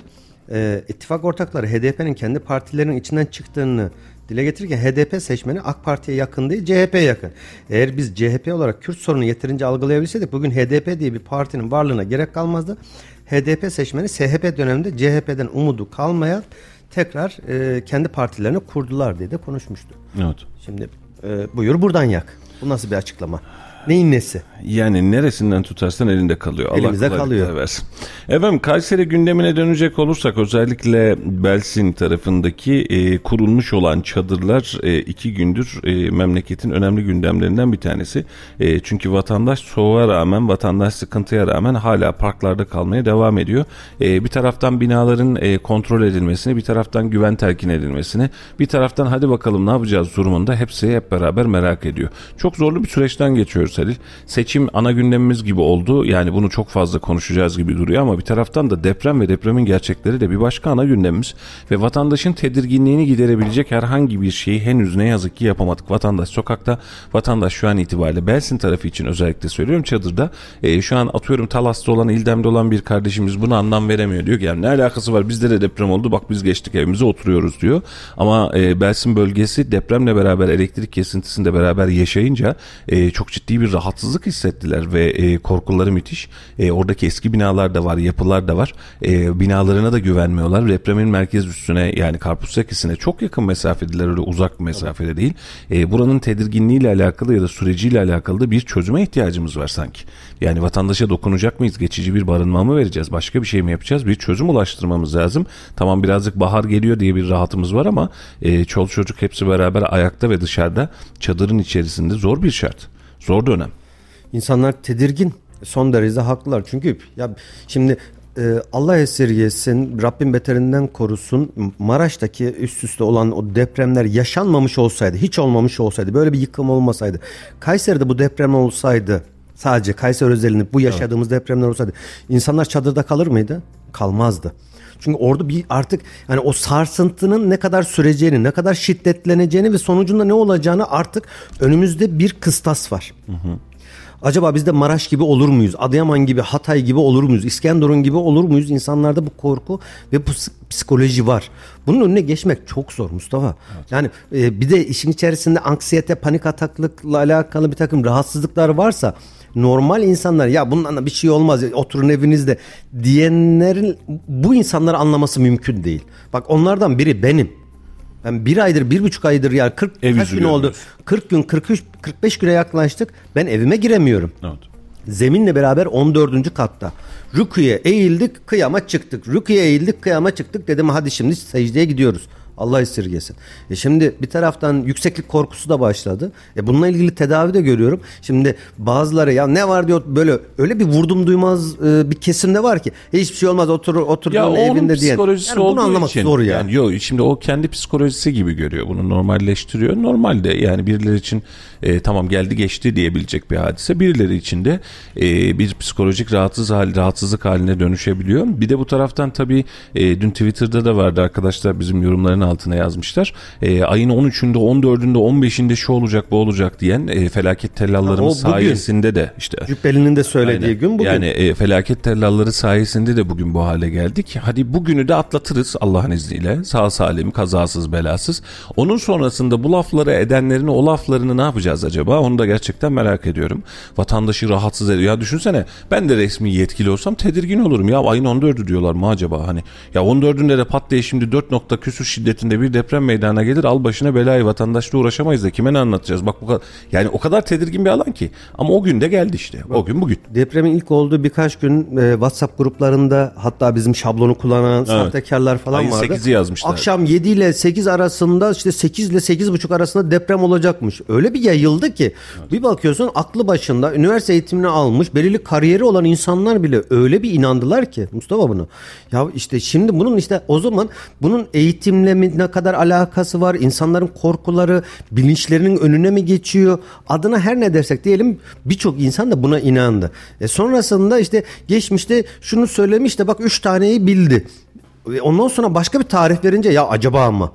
ittifak ortakları HDP'nin kendi partilerinin içinden çıktığını dile getirirken HDP seçmeni AK Parti'ye yakın değil, CHP'ye yakın. Eğer biz CHP olarak Kürt sorunu yeterince algılayabilseydik bugün HDP diye bir partinin varlığına gerek kalmazdı. HDP seçmeni SHP döneminde CHP'den umudu kalmayan tekrar kendi partilerini kurdular diye de konuşmuştu. Evet. Şimdi buyur buradan yak. Bu nasıl bir açıklama? Neyin nesi? Yani neresinden tutarsan elinde kalıyor. Elimizde Allah kalıyor. Versin. Efendim Kayseri gündemine dönecek olursak özellikle Belsin tarafındaki kurulmuş olan çadırlar 2 gündür memleketin önemli gündemlerinden bir tanesi. Çünkü vatandaş soğuğa rağmen, vatandaş sıkıntıya rağmen hala parklarda kalmaya devam ediyor. Bir taraftan binaların kontrol edilmesini, bir taraftan güven telkin edilmesini, bir taraftan hadi bakalım ne yapacağız durumunda hepsi hep beraber merak ediyor. Çok zorlu bir süreçten geçiyoruz Halil. Seçim ana gündemimiz gibi oldu. Yani bunu çok fazla konuşacağız gibi duruyor ama bir taraftan da deprem ve depremin gerçekleri de bir başka ana gündemimiz ve vatandaşın tedirginliğini giderebilecek herhangi bir şeyi henüz ne yazık ki yapamadık. Vatandaş sokakta, vatandaş şu an itibariyle Belsin tarafı için özellikle söylüyorum çadırda. Şu an atıyorum Talas'ta olan, İldem'de olan bir kardeşimiz buna anlam veremiyor. Diyor ki yani ne alakası var, bizde de deprem oldu, bak biz geçtik evimize oturuyoruz diyor. Ama Belsin bölgesi depremle beraber, elektrik kesintisinde beraber yaşayınca çok ciddi bir rahatsızlık hissettiler ve korkuları müthiş. Oradaki eski binalar da var, yapılar da var. Binalarına da güvenmiyorlar. Depremin merkez üstüne yani Karpuztepe'sine çok yakın mesafedeler, öyle uzak bir mesafede değil. Buranın tedirginliğiyle alakalı ya da süreciyle alakalı da bir çözüme ihtiyacımız var sanki. Yani vatandaşa dokunacak mıyız? Geçici bir barınma mı vereceğiz? Başka bir şey mi yapacağız? Bir çözüm ulaştırmamız lazım. Tamam birazcık bahar geliyor diye bir rahatımız var ama çoluk çocuk hepsi beraber ayakta ve dışarıda çadırın içerisinde zor bir şart. Zor dönem. İnsanlar tedirgin. Son derece haklılar. Çünkü ya şimdi Allah esirgesin, Rabbim beterinden korusun. Maraş'taki üst üste olan o depremler yaşanmamış olsaydı, hiç olmamış olsaydı, böyle bir yıkım olmasaydı, Kayseri'de bu deprem olsaydı, sadece Kayseri özelinde bu yaşadığımız depremler olsaydı, insanlar çadırda kalır mıydı? Kalmazdı. Çünkü orada bir artık yani o sarsıntının ne kadar süreceğini, ne kadar şiddetleneceğini ve sonucunda ne olacağını artık önümüzde bir kıstas var. Hı hı. Acaba biz de Maraş gibi olur muyuz? Adıyaman gibi, Hatay gibi olur muyuz? İskenderun gibi olur muyuz? İnsanlarda bu korku ve bu psikoloji var. Bunun önüne geçmek çok zor Mustafa. Evet. Yani bir de işin içerisinde anksiyete, panik ataklıkla alakalı bir takım rahatsızlıklar varsa normal insanlar ya bundan da bir şey olmaz, oturun evinizde diyenlerin bu insanları anlaması mümkün değil. Bak onlardan biri benim. Ben bir aydır, 1,5 aydır yani 40 kaç gün oldu. 40 gün, 43, 45 güne yaklaştık. Ben evime giremiyorum. Evet. Zeminle beraber 14. katta. Rüküye eğildik, kıyama çıktık. Rüküye eğildik, kıyama çıktık. Dedim hadi şimdi secdeye gidiyoruz. Allah esirgesin. Şimdi bir taraftan yükseklik korkusu da başladı. Bununla ilgili tedavi de görüyorum. Şimdi bazıları ya ne var diyor, böyle öyle bir vurdum duymaz bir kesimde var ki hiçbir şey olmaz, otur evinde diyen. Yani bunu anlamak için, zor yani. Yok şimdi o kendi psikolojisi gibi görüyor. Bunu normalleştiriyor. Normalde yani birileri için tamam geldi geçti diyebilecek bir hadise. Birileri için de bir psikolojik rahatsızlık haline dönüşebiliyor. Bir de bu taraftan tabii dün Twitter'da da vardı arkadaşlar, bizim yorumların altına yazmışlar. Ayın 13'ünde, 14'ünde, 15'inde şu olacak bu olacak diyen felaket tellallarımız sayesinde de işte. Cübbeli'nin de söylediği gün bugün. Yani felaket tellalları sayesinde de bugün bu hale geldik. Hadi bugünü de atlatırız Allah'ın izniyle. Sağ salim, kazasız, belasız. Onun sonrasında bu lafları edenlerin o laflarını ne yapacağız acaba? Onu da gerçekten merak ediyorum. Vatandaşı rahatsız ediyor. Ya düşünsene ben de resmi yetkili olsam tedirgin olurum. Ya ayın 14'ü diyorlar mı acaba? Hani ya 14'ünde de pat diye şimdi 4 küsur şiddetinde bir deprem meydana gelir, al başına belayı, vatandaşla uğraşamayız da kime ne anlatacağız? Bak bu kadar, yani o kadar tedirgin bir alan ki. Ama o gün de geldi işte. O gün bugün. Depremin ilk olduğu birkaç gün WhatsApp gruplarında hatta bizim şablonu kullanan sahtekarlar falan ayın vardı. 8'i yazmışlar. Akşam 7 ile 8 arasında işte 8 ile 8.30 arasında deprem olacakmış. Öyle bir yayıldı ki bir bakıyorsun aklı başında üniversite eğitimini almış, belirli kariyeri olan insanlar bile öyle bir inandılar ki Mustafa bunu. Ya işte şimdi bunun işte o zaman bunun eğitimle mi ne kadar alakası var? İnsanların korkuları, bilinçlerinin önüne mi geçiyor? Adına her ne dersek diyelim birçok insan da buna inandı. Sonrasında işte geçmişte şunu söylemiş de bak 3 taneyi bildi. Ondan sonra başka bir tarih verince ya acaba mı?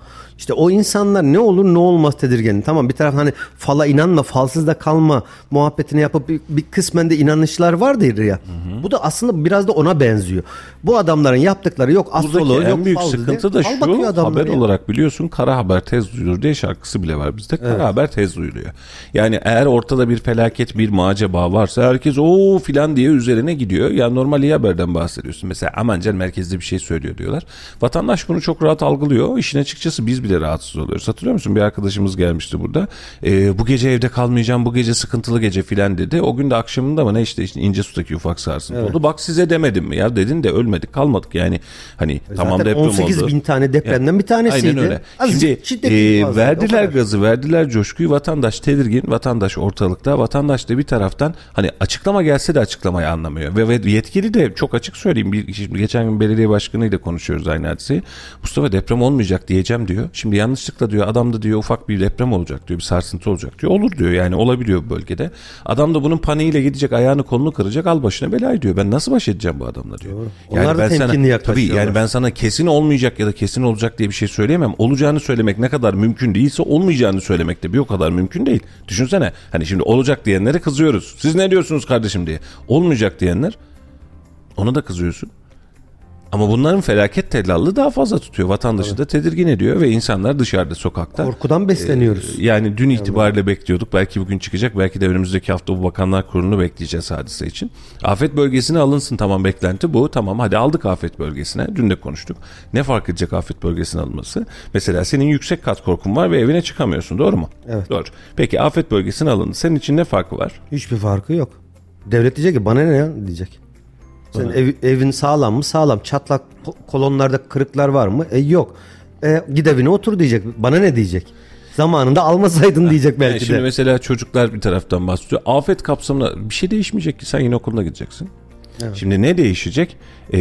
İşte o insanlar ne olur ne olmaz tedirgin. Tamam, bir taraf hani fala inanma, falsız da kalma muhabbetini yapıp bir kısmen de inanışlar vardır ya. Bu da aslında biraz da ona benziyor. Bu adamların yaptıkları yok astroloğu, Buradaki yok en büyük faldı sıkıntı diye da fal şu, bakıyor adamlar haber ya. olarak biliyorsun kara haber tez duyulur diye şarkısı bile var bizde. Kara haber tez duyuluyor. Yani eğer ortada bir felaket, bir macera varsa herkes o filan diye üzerine gidiyor. Yani normal iyi haberden bahsediyorsun. Mesela aman canım merkezde bir şey söylüyor diyorlar. Vatandaş bunu çok rahat algılıyor. İşin açıkçası biz bile rahatsız oluyoruz. Hatırlıyor musun? Bir arkadaşımız gelmişti burada. Bu gece evde kalmayacağım, bu gece sıkıntılı gece filan dedi. O gün de akşamında mı ne işte İncesu'daki ufak sarsıntı oldu. Bak size demedim mi? Ya dedin de ölmedik kalmadık yani. Hani tamam Zaten deprem 18 oldu. bin tane depremden bir tanesiydi. Aynen öyle. Azıcık şiddetli fazla, o verdiler kadar. gazı, verdiler coşkuyu. Vatandaş tedirgin, vatandaş ortalıkta. Vatandaş da bir taraftan hani açıklama gelse de açıklamayı anlamıyor. Ve yetkili de çok açık söyleyeyim. Şimdi geçen gün belediye başkanıyla konuşuyoruz aynı hadiseyi. Mustafa deprem olmayacak diyeceğim diyor. Şimdi yanlışlıkla diyor adam da diyor ufak bir deprem olacak diyor. Bir sarsıntı olacak diyor. Olur diyor yani olabiliyor bu bölgede. Adam da bunun paniğiyle gidecek ayağını kolunu kıracak al başına belayı diyor. Ben nasıl baş edeceğim bu adamla diyor. Doğru. Yani Onlar da ben sana, temkinli tabii yaklaşıyorlar. yani ben sana kesin olmayacak ya da kesin olacak diye bir şey söyleyemem. Olacağını söylemek ne kadar mümkün değilse olmayacağını söylemek de bir o kadar mümkün değil. Düşünsene hani şimdi olacak diyenlere kızıyoruz. Siz ne diyorsunuz kardeşim diye. Olmayacak diyenler ona da kızıyorsun. Ama bunların felaket tellallığı daha fazla tutuyor. Vatandaşı da tedirgin ediyor ve insanlar dışarıda sokakta. Korkudan besleniyoruz. Yani dün itibariyle bekliyorduk. Belki bugün çıkacak. Belki de önümüzdeki hafta bu Bakanlar Kurulu'nu bekleyeceğiz hadise için. Afet bölgesine alınsın, tamam beklenti bu. Tamam hadi aldık afet bölgesine. Dün de konuştuk. Ne fark edecek afet bölgesine alınması? Mesela senin yüksek kat korkun var ve evine çıkamıyorsun. Doğru mu? Evet. Doğru. Peki afet bölgesine alındı. Senin için ne farkı var? Hiçbir farkı yok. Devlet diyecek ki bana ne ya diyecek. Senin evin sağlam mı? Sağlam. Çatlak kolonlarda kırıklar var mı? Yok. Git evine otur diyecek. Bana ne diyecek? Zamanında almasaydın diyecek belki Şimdi de. mesela çocuklar bir taraftan bahsediyor. Afet kapsamında bir şey değişmeyecek ki sen yine okuluna gideceksin. Evet. Şimdi ne değişecek?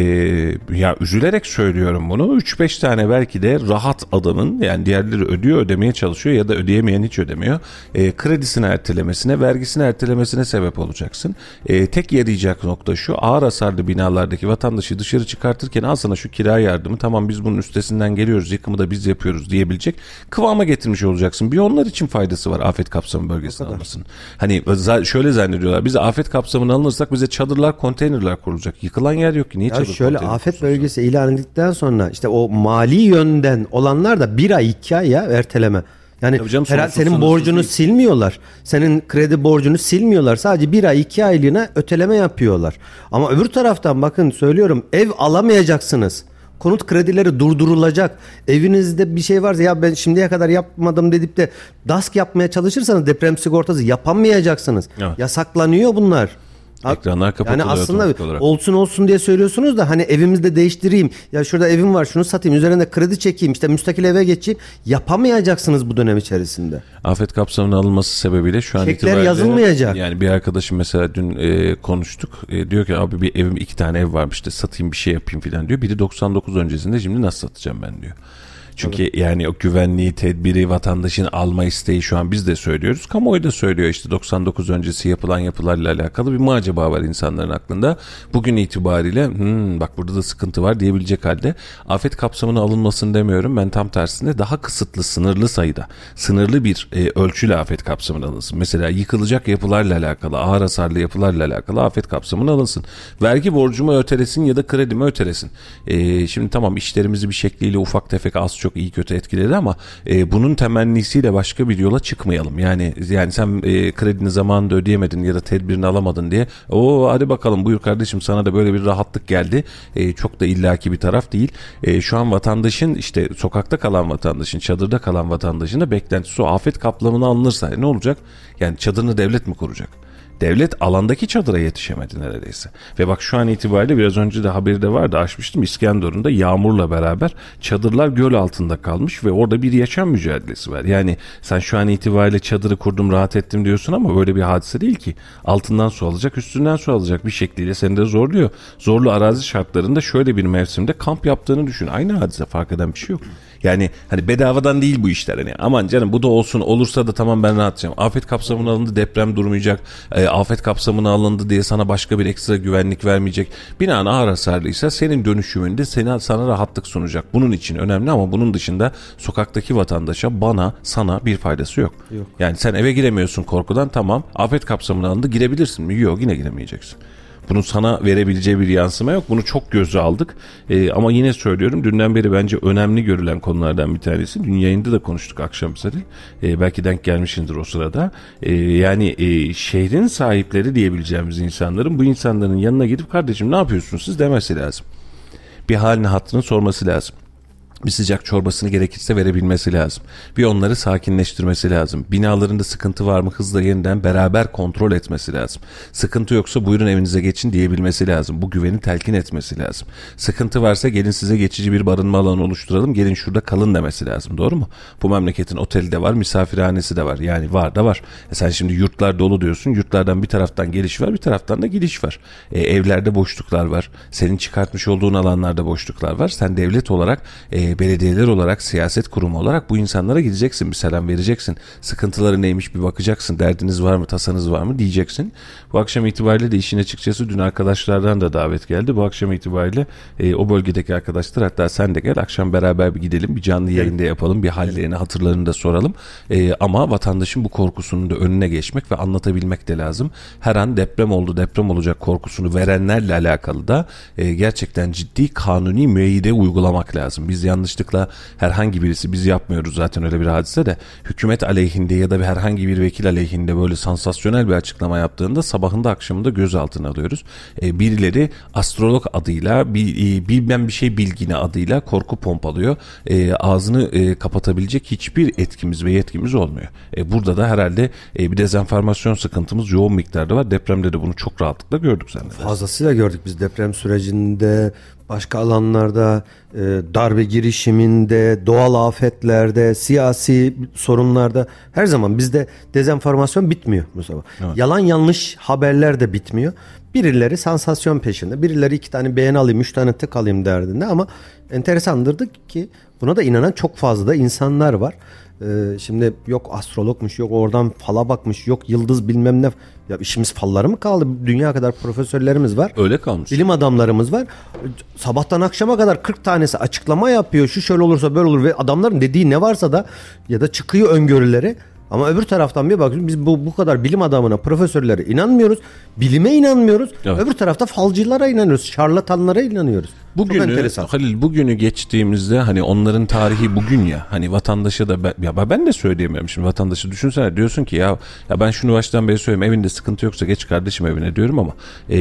Ya üzülerek söylüyorum bunu. 3-5 tane belki de rahat adamın yani diğerleri ödüyor ödemeye çalışıyor ya da ödeyemeyen hiç ödemiyor. Kredisini ertelemesine, vergisini ertelemesine sebep olacaksın. Tek yarayacak nokta şu: ağır hasarlı binalardaki vatandaşı dışarı çıkartırken al sana şu kira yardımı, tamam biz bunun üstesinden geliyoruz, yıkımı da biz yapıyoruz diyebilecek kıvama getirmiş olacaksın. Bir onlar için faydası var afet kapsamı bölgesine almasının. Hani şöyle zannediyorlar, biz afet kapsamına alınırsak bize çadırlar, konteynerler kurulacak. Yıkılan yer yok ki. Niye Ya şöyle afet bölgesi ilan edildikten sonra işte o mali yönden olanlar da 1 ay 2 ay ya erteleme. Yani canım, herhalde senin sınırsız borcunu değil. silmiyorlar. Senin kredi borcunu silmiyorlar. Sadece 1 ay 2 aylığına öteleme yapıyorlar. Ama öbür taraftan bakın söylüyorum, ev alamayacaksınız. Konut kredileri durdurulacak. Evinizde bir şey varsa ya ben şimdiye kadar yapmadım dedip de DASK yapmaya çalışırsanız deprem sigortası yapamayacaksınız. Evet. Yasaklanıyor bunlar. Ekranlar kapatılıyor. Yani aslında otomatik olarak. olsun diye söylüyorsunuz da hani evimizde değiştireyim. Ya şurada evim var, şunu satayım, üzerine kredi çekeyim, işte müstakil eve geçeyim. Yapamayacaksınız bu dönem içerisinde. Afet kapsamına alınması sebebiyle şu an Çekler itibariyle yazılmayacak. Yani bir arkadaşım mesela dün konuştuk. Diyor ki abi bir evim 2 tane ev varmış, işte satayım bir şey yapayım falan diyor. Biri 99 öncesinde, şimdi nasıl satacağım ben diyor. Çünkü yani o güvenliği, tedbiri, vatandaşın alma isteği şu an biz de söylüyoruz. Kamuoyu da söylüyor, işte 99 öncesi yapılan yapılarla alakalı bir macera var insanların aklında. Bugün itibariyle bak burada da sıkıntı var diyebilecek halde afet kapsamına alınmasını demiyorum. Ben tam tersine daha kısıtlı, sınırlı sayıda, sınırlı bir ölçüyle afet kapsamına alınsın. Mesela yıkılacak yapılarla alakalı, ağır hasarlı yapılarla alakalı afet kapsamına alınsın. Vergi borcumu ötelesin ya da kredimi ötelesin. Şimdi tamam, işlerimizi bir şekliyle ufak tefek az çok iyi kötü etkiledi ama bunun temennisiyle başka bir yola çıkmayalım. Yani sen kredini zamanında ödeyemedin ya da tedbirini alamadın diye hadi bakalım buyur kardeşim, sana da böyle bir rahatlık geldi. Çok da illaki bir taraf değil. Şu an vatandaşın, işte sokakta kalan vatandaşın, çadırda kalan vatandaşın da beklentisi o. Afet kapsamına alınırsa ne olacak? Yani çadırını devlet mi kuracak? Devlet alandaki çadıra yetişemedi neredeyse. Ve bak şu an itibariyle biraz önce de haberi de vardı, açmıştım, İskenderun'da yağmurla beraber çadırlar göl altında kalmış ve orada bir yaşam mücadelesi var. Yani sen şu an itibariyle çadırı kurdum rahat ettim diyorsun ama böyle bir hadise değil ki. Altından su alacak, üstünden su alacak, bir şekliyle seni de zorluyor. Zorlu arazi şartlarında şöyle bir mevsimde kamp yaptığını düşün. Aynı hadise, fark eden bir şey yok. Yani hani bedavadan değil bu işler. Hani aman canım bu da olsun, olursa da tamam ben rahatlayacağım. Afet kapsamına alındı, deprem durmayacak. Afet kapsamına alındı diye sana başka bir ekstra güvenlik vermeyecek. Binan ağır hasarlıysa senin dönüşümünde sana rahatlık sunacak. Bunun için önemli ama bunun dışında sokaktaki vatandaşa, bana, sana bir faydası yok. Yani sen eve giremiyorsun korkudan, tamam. Afet kapsamına alındı, girebilirsin mi? Yok, yine giremeyeceksin. Bunun sana verebileceği bir yansıma yok. Bunu çok göze aldık. Ama yine söylüyorum, dünden beri bence önemli görülen konulardan bir tanesi. Dün yayında da konuştuk akşam üzeri. Belki denk gelmişsindir o sırada. Yani şehrin sahipleri diyebileceğimiz insanların bu insanların yanına gidip kardeşim ne yapıyorsunuz siz demesi lazım. Bir halini hattını sorması lazım. Bir sıcak çorbasını gerekirse verebilmesi lazım. Bir onları sakinleştirmesi lazım. Binalarında sıkıntı var mı hızla yeniden beraber kontrol etmesi lazım. Sıkıntı yoksa buyurun evinize geçin diyebilmesi lazım. Bu güveni telkin etmesi lazım. Sıkıntı varsa gelin size geçici bir barınma alanı oluşturalım. Gelin şurada kalın demesi lazım. Doğru mu? Bu memleketin oteli de var, misafirhanesi de var. Yani var da var. Sen şimdi yurtlar dolu diyorsun. Yurtlardan bir taraftan geliş var, bir taraftan da gidiş var. Evlerde boşluklar var. Senin çıkartmış olduğun alanlarda boşluklar var. Sen devlet olarak belediyeler olarak, siyaset kurumu olarak bu insanlara gideceksin, bir selam vereceksin. Sıkıntıları neymiş bir bakacaksın. Derdiniz var mı, tasanız var mı diyeceksin. Bu akşam itibariyle de işin açıkçası dün arkadaşlardan da davet geldi. Bu akşam itibariyle o bölgedeki arkadaşlar, hatta sen de gel, akşam beraber bir gidelim, bir canlı yayında yapalım, bir hallerini, hatırlarını da soralım. Ama vatandaşın bu korkusunun da önüne geçmek ve anlatabilmek de lazım. Her an deprem oldu, deprem olacak korkusunu verenlerle alakalı da gerçekten ciddi kanuni müeyyide uygulamak lazım. Biz yanlışlıkla herhangi birisi, biz yapmıyoruz zaten öyle bir hadise de, hükümet aleyhinde ya da bir herhangi bir vekil aleyhinde böyle sansasyonel bir açıklama yaptığında sabahında akşamında gözaltına alıyoruz. Birileri astrolog adıyla, bilmem bir şey bilgini adıyla korku pompalıyor. Ağzını kapatabilecek hiçbir etkimiz ve yetkimiz olmuyor. Burada da herhalde bir dezenformasyon sıkıntımız yoğun miktarda var. Depremde de bunu çok rahatlıkla gördük zannedersin. Fazlasıyla gördük biz deprem sürecinde, başka alanlarda, darbe girişiminde, doğal afetlerde, siyasi sorunlarda her zaman bizde dezenformasyon bitmiyor Mustafa. Evet. Yalan yanlış haberler de bitmiyor. Birileri sansasyon peşinde, birileri 2 tane beğeni alayım, 3 tane tık alayım derdinde ama enteresandırdı ki buna da inanan çok fazla da insanlar var. Şimdi yok astrologmuş, yok oradan fala bakmış, yok yıldız bilmem ne. Ya işimiz falları mı kaldı? Dünya kadar profesörlerimiz var. Öyle kalmış. Bilim adamlarımız var. Sabahtan akşama kadar 40 tanesi açıklama yapıyor. Şu şöyle olursa böyle olur ve adamların dediği ne varsa da ya da çıkıyor öngörüleri. Ama öbür taraftan bir bakıyoruz, biz bu kadar bilim adamına, profesörlere inanmıyoruz. Bilime inanmıyoruz. Evet. Öbür tarafta falcılara inanıyoruz. Şarlatanlara inanıyoruz. Bugünü, Halil, bugünü geçtiğimizde hani onların tarihi bugün ya, hani vatandaşa da ben de söyleyemiyorum şimdi, vatandaşı düşünsene, diyorsun ki ya ben şunu baştan beri söyleyeyim, evinde sıkıntı yoksa geç kardeşim evine diyorum ama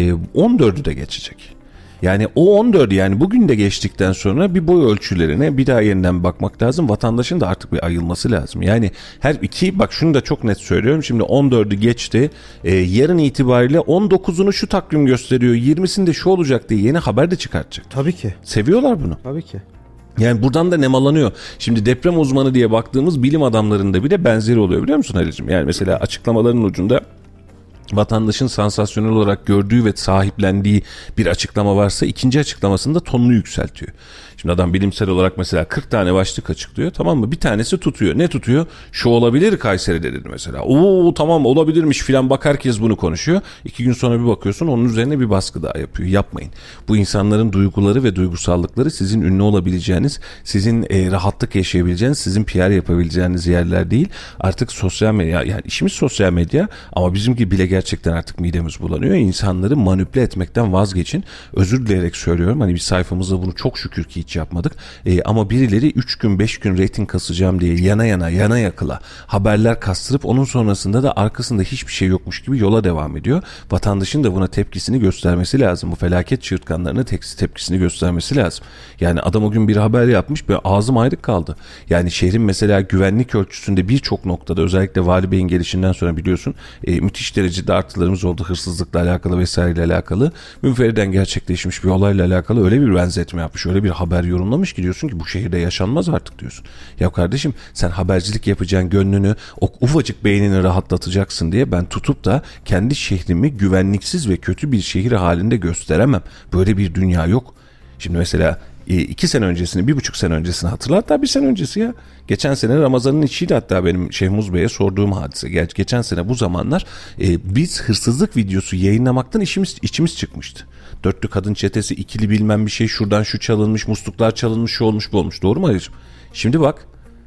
14'ü de geçecek. Yani o 14, yani bugün de geçtikten sonra bir boy ölçülerine bir daha yeniden bakmak lazım. Vatandaşın da artık bir ayılması lazım. Yani her iki, bak şunu da çok net söylüyorum. Şimdi 14'ü geçti. Yarın itibariyle 19'unu şu takvim gösteriyor. 20'sinde şu olacak diye yeni haber de çıkartacak. Tabii ki. Seviyorlar bunu. Tabii ki. Yani buradan da nemalanıyor. Şimdi deprem uzmanı diye baktığımız bilim adamlarında bile benzeri oluyor, biliyor musun Halil'cim? Yani mesela açıklamaların ucunda vatandaşın sansasyonel olarak gördüğü ve sahiplendiği bir açıklama varsa ikinci açıklamasında tonunu yükseltiyor. Şimdi adam bilimsel olarak mesela 40 tane başlık açıklıyor, tamam mı? Bir tanesi tutuyor. Ne tutuyor? Şu olabilir Kayseri'de dedi mesela. Oo tamam olabilirmiş filan, bak herkes bunu konuşuyor. 2 gün sonra bir bakıyorsun onun üzerine bir baskı daha yapıyor. Yapmayın. Bu insanların duyguları ve duygusallıkları sizin ünlü olabileceğiniz, sizin rahatlık yaşayabileceğiniz, sizin PR yapabileceğiniz yerler değil. Artık sosyal medya, yani işimiz sosyal medya ama bizimki bile gerçekten artık midemiz bulanıyor. İnsanları manipüle etmekten vazgeçin. Özür dileyerek söylüyorum. Hani bir sayfamızda bunu çok şükür ki hiç yapmadık. Ama birileri 3 gün 5 gün reyting kasacağım diye yana yakıla haberler kastırıp onun sonrasında da arkasında hiçbir şey yokmuş gibi yola devam ediyor. Vatandaşın da buna tepkisini göstermesi lazım. Bu felaket çığırtkanlarına tepkisini göstermesi lazım. Yani adam o gün bir haber yapmış ve ağzım ayrık kaldı. Yani şehrin mesela güvenlik ölçüsünde birçok noktada, özellikle Vali Bey'in gelişinden sonra biliyorsun müthiş derecede artılarımız oldu, hırsızlıkla alakalı vesaireyle alakalı. Münferiden gerçekleşmiş bir olayla alakalı öyle bir benzetme yapmış, öyle bir haber yorumlamış ki diyorsun ki bu şehirde yaşanmaz artık diyorsun. Ya kardeşim sen habercilik yapacağın, gönlünü, o ufacık beynini rahatlatacaksın diye ben tutup da kendi şehrimi güvenliksiz ve kötü bir şehir halinde gösteremem. Böyle bir dünya yok. Şimdi mesela 2 sene öncesini, 1,5 sene öncesini hatırla. Hatta 1 sene öncesi ya. Geçen sene Ramazan'ın içiydi hatta benim Şehmuz Bey'e sorduğum hadise. Geçen sene bu zamanlar biz hırsızlık videosu yayınlamaktan içimiz çıkmıştı. Dörtlü kadın çetesi, ikili bilmem bir şey, şuradan şu çalınmış, musluklar çalınmış, şu olmuş, bu olmuş. Doğru mu Ali'cim? Şimdi bak,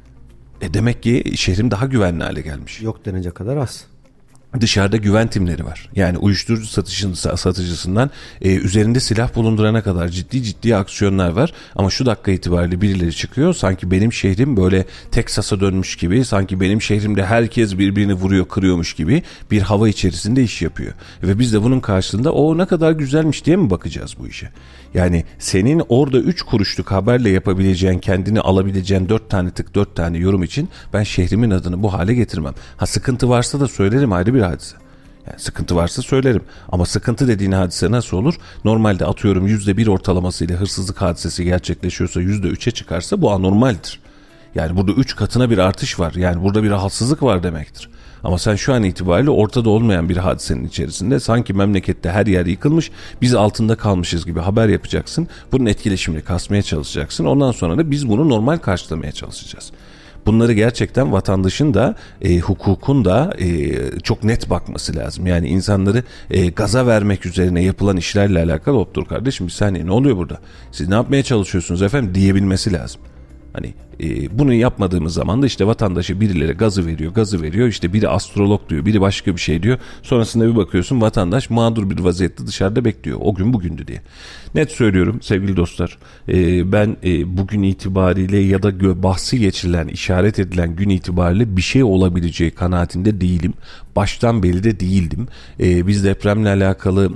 demek ki şehrim daha güvenli hale gelmiş. Yok denecek kadar az. Dışarıda güven timleri var. Yani uyuşturucu satıcısından üzerinde silah bulundurana kadar ciddi aksiyonlar var. Ama şu dakika itibariyle birileri çıkıyor. Sanki benim şehrim böyle Teksas'a dönmüş gibi, sanki benim şehrimde herkes birbirini vuruyor, kırıyormuş gibi bir hava içerisinde iş yapıyor. Ve biz de bunun karşılığında o ne kadar güzelmiş diye mi bakacağız bu işe? Yani senin orada 3 kuruşluk haberle yapabileceğin, kendini alabileceğin 4 tane tık, 4 tane yorum için ben şehrimin adını bu hale getirmem. Ha, sıkıntı varsa da söylerim, ayrı bir hadise. Yani sıkıntı varsa söylerim. Ama sıkıntı dediğin hadise nasıl olur? Normalde atıyorum %1 ortalamasıyla hırsızlık hadisesi gerçekleşiyorsa %3'e çıkarsa bu anormaldir. Yani burada 3 katına bir artış var. Yani burada bir rahatsızlık var demektir. Ama sen şu an itibariyle ortada olmayan bir hadisenin içerisinde sanki memlekette her yer yıkılmış, biz altında kalmışız gibi haber yapacaksın. Bunun etkileşimini kasmaya çalışacaksın. Ondan sonra da biz bunu normal karşılamaya çalışacağız. Bunları gerçekten vatandaşın da hukukun da çok net bakması lazım. Yani insanları gaza vermek üzerine yapılan işlerle alakalı, hop dur kardeşim bir saniye, ne oluyor burada? Siz ne yapmaya çalışıyorsunuz efendim diyebilmesi lazım. Hani bunu yapmadığımız zaman da işte vatandaşı birileri gazı veriyor. İşte biri astrolog diyor, biri başka bir şey diyor. Sonrasında bir bakıyorsun vatandaş mağdur bir vaziyette dışarıda bekliyor. O gün bugündü diye. Net söylüyorum sevgili dostlar. Ben bugün itibariyle ya da bahsi geçirilen, işaret edilen gün itibariyle bir şey olabileceği kanaatinde değilim. Baştan beri de değildim. Biz depremle alakalı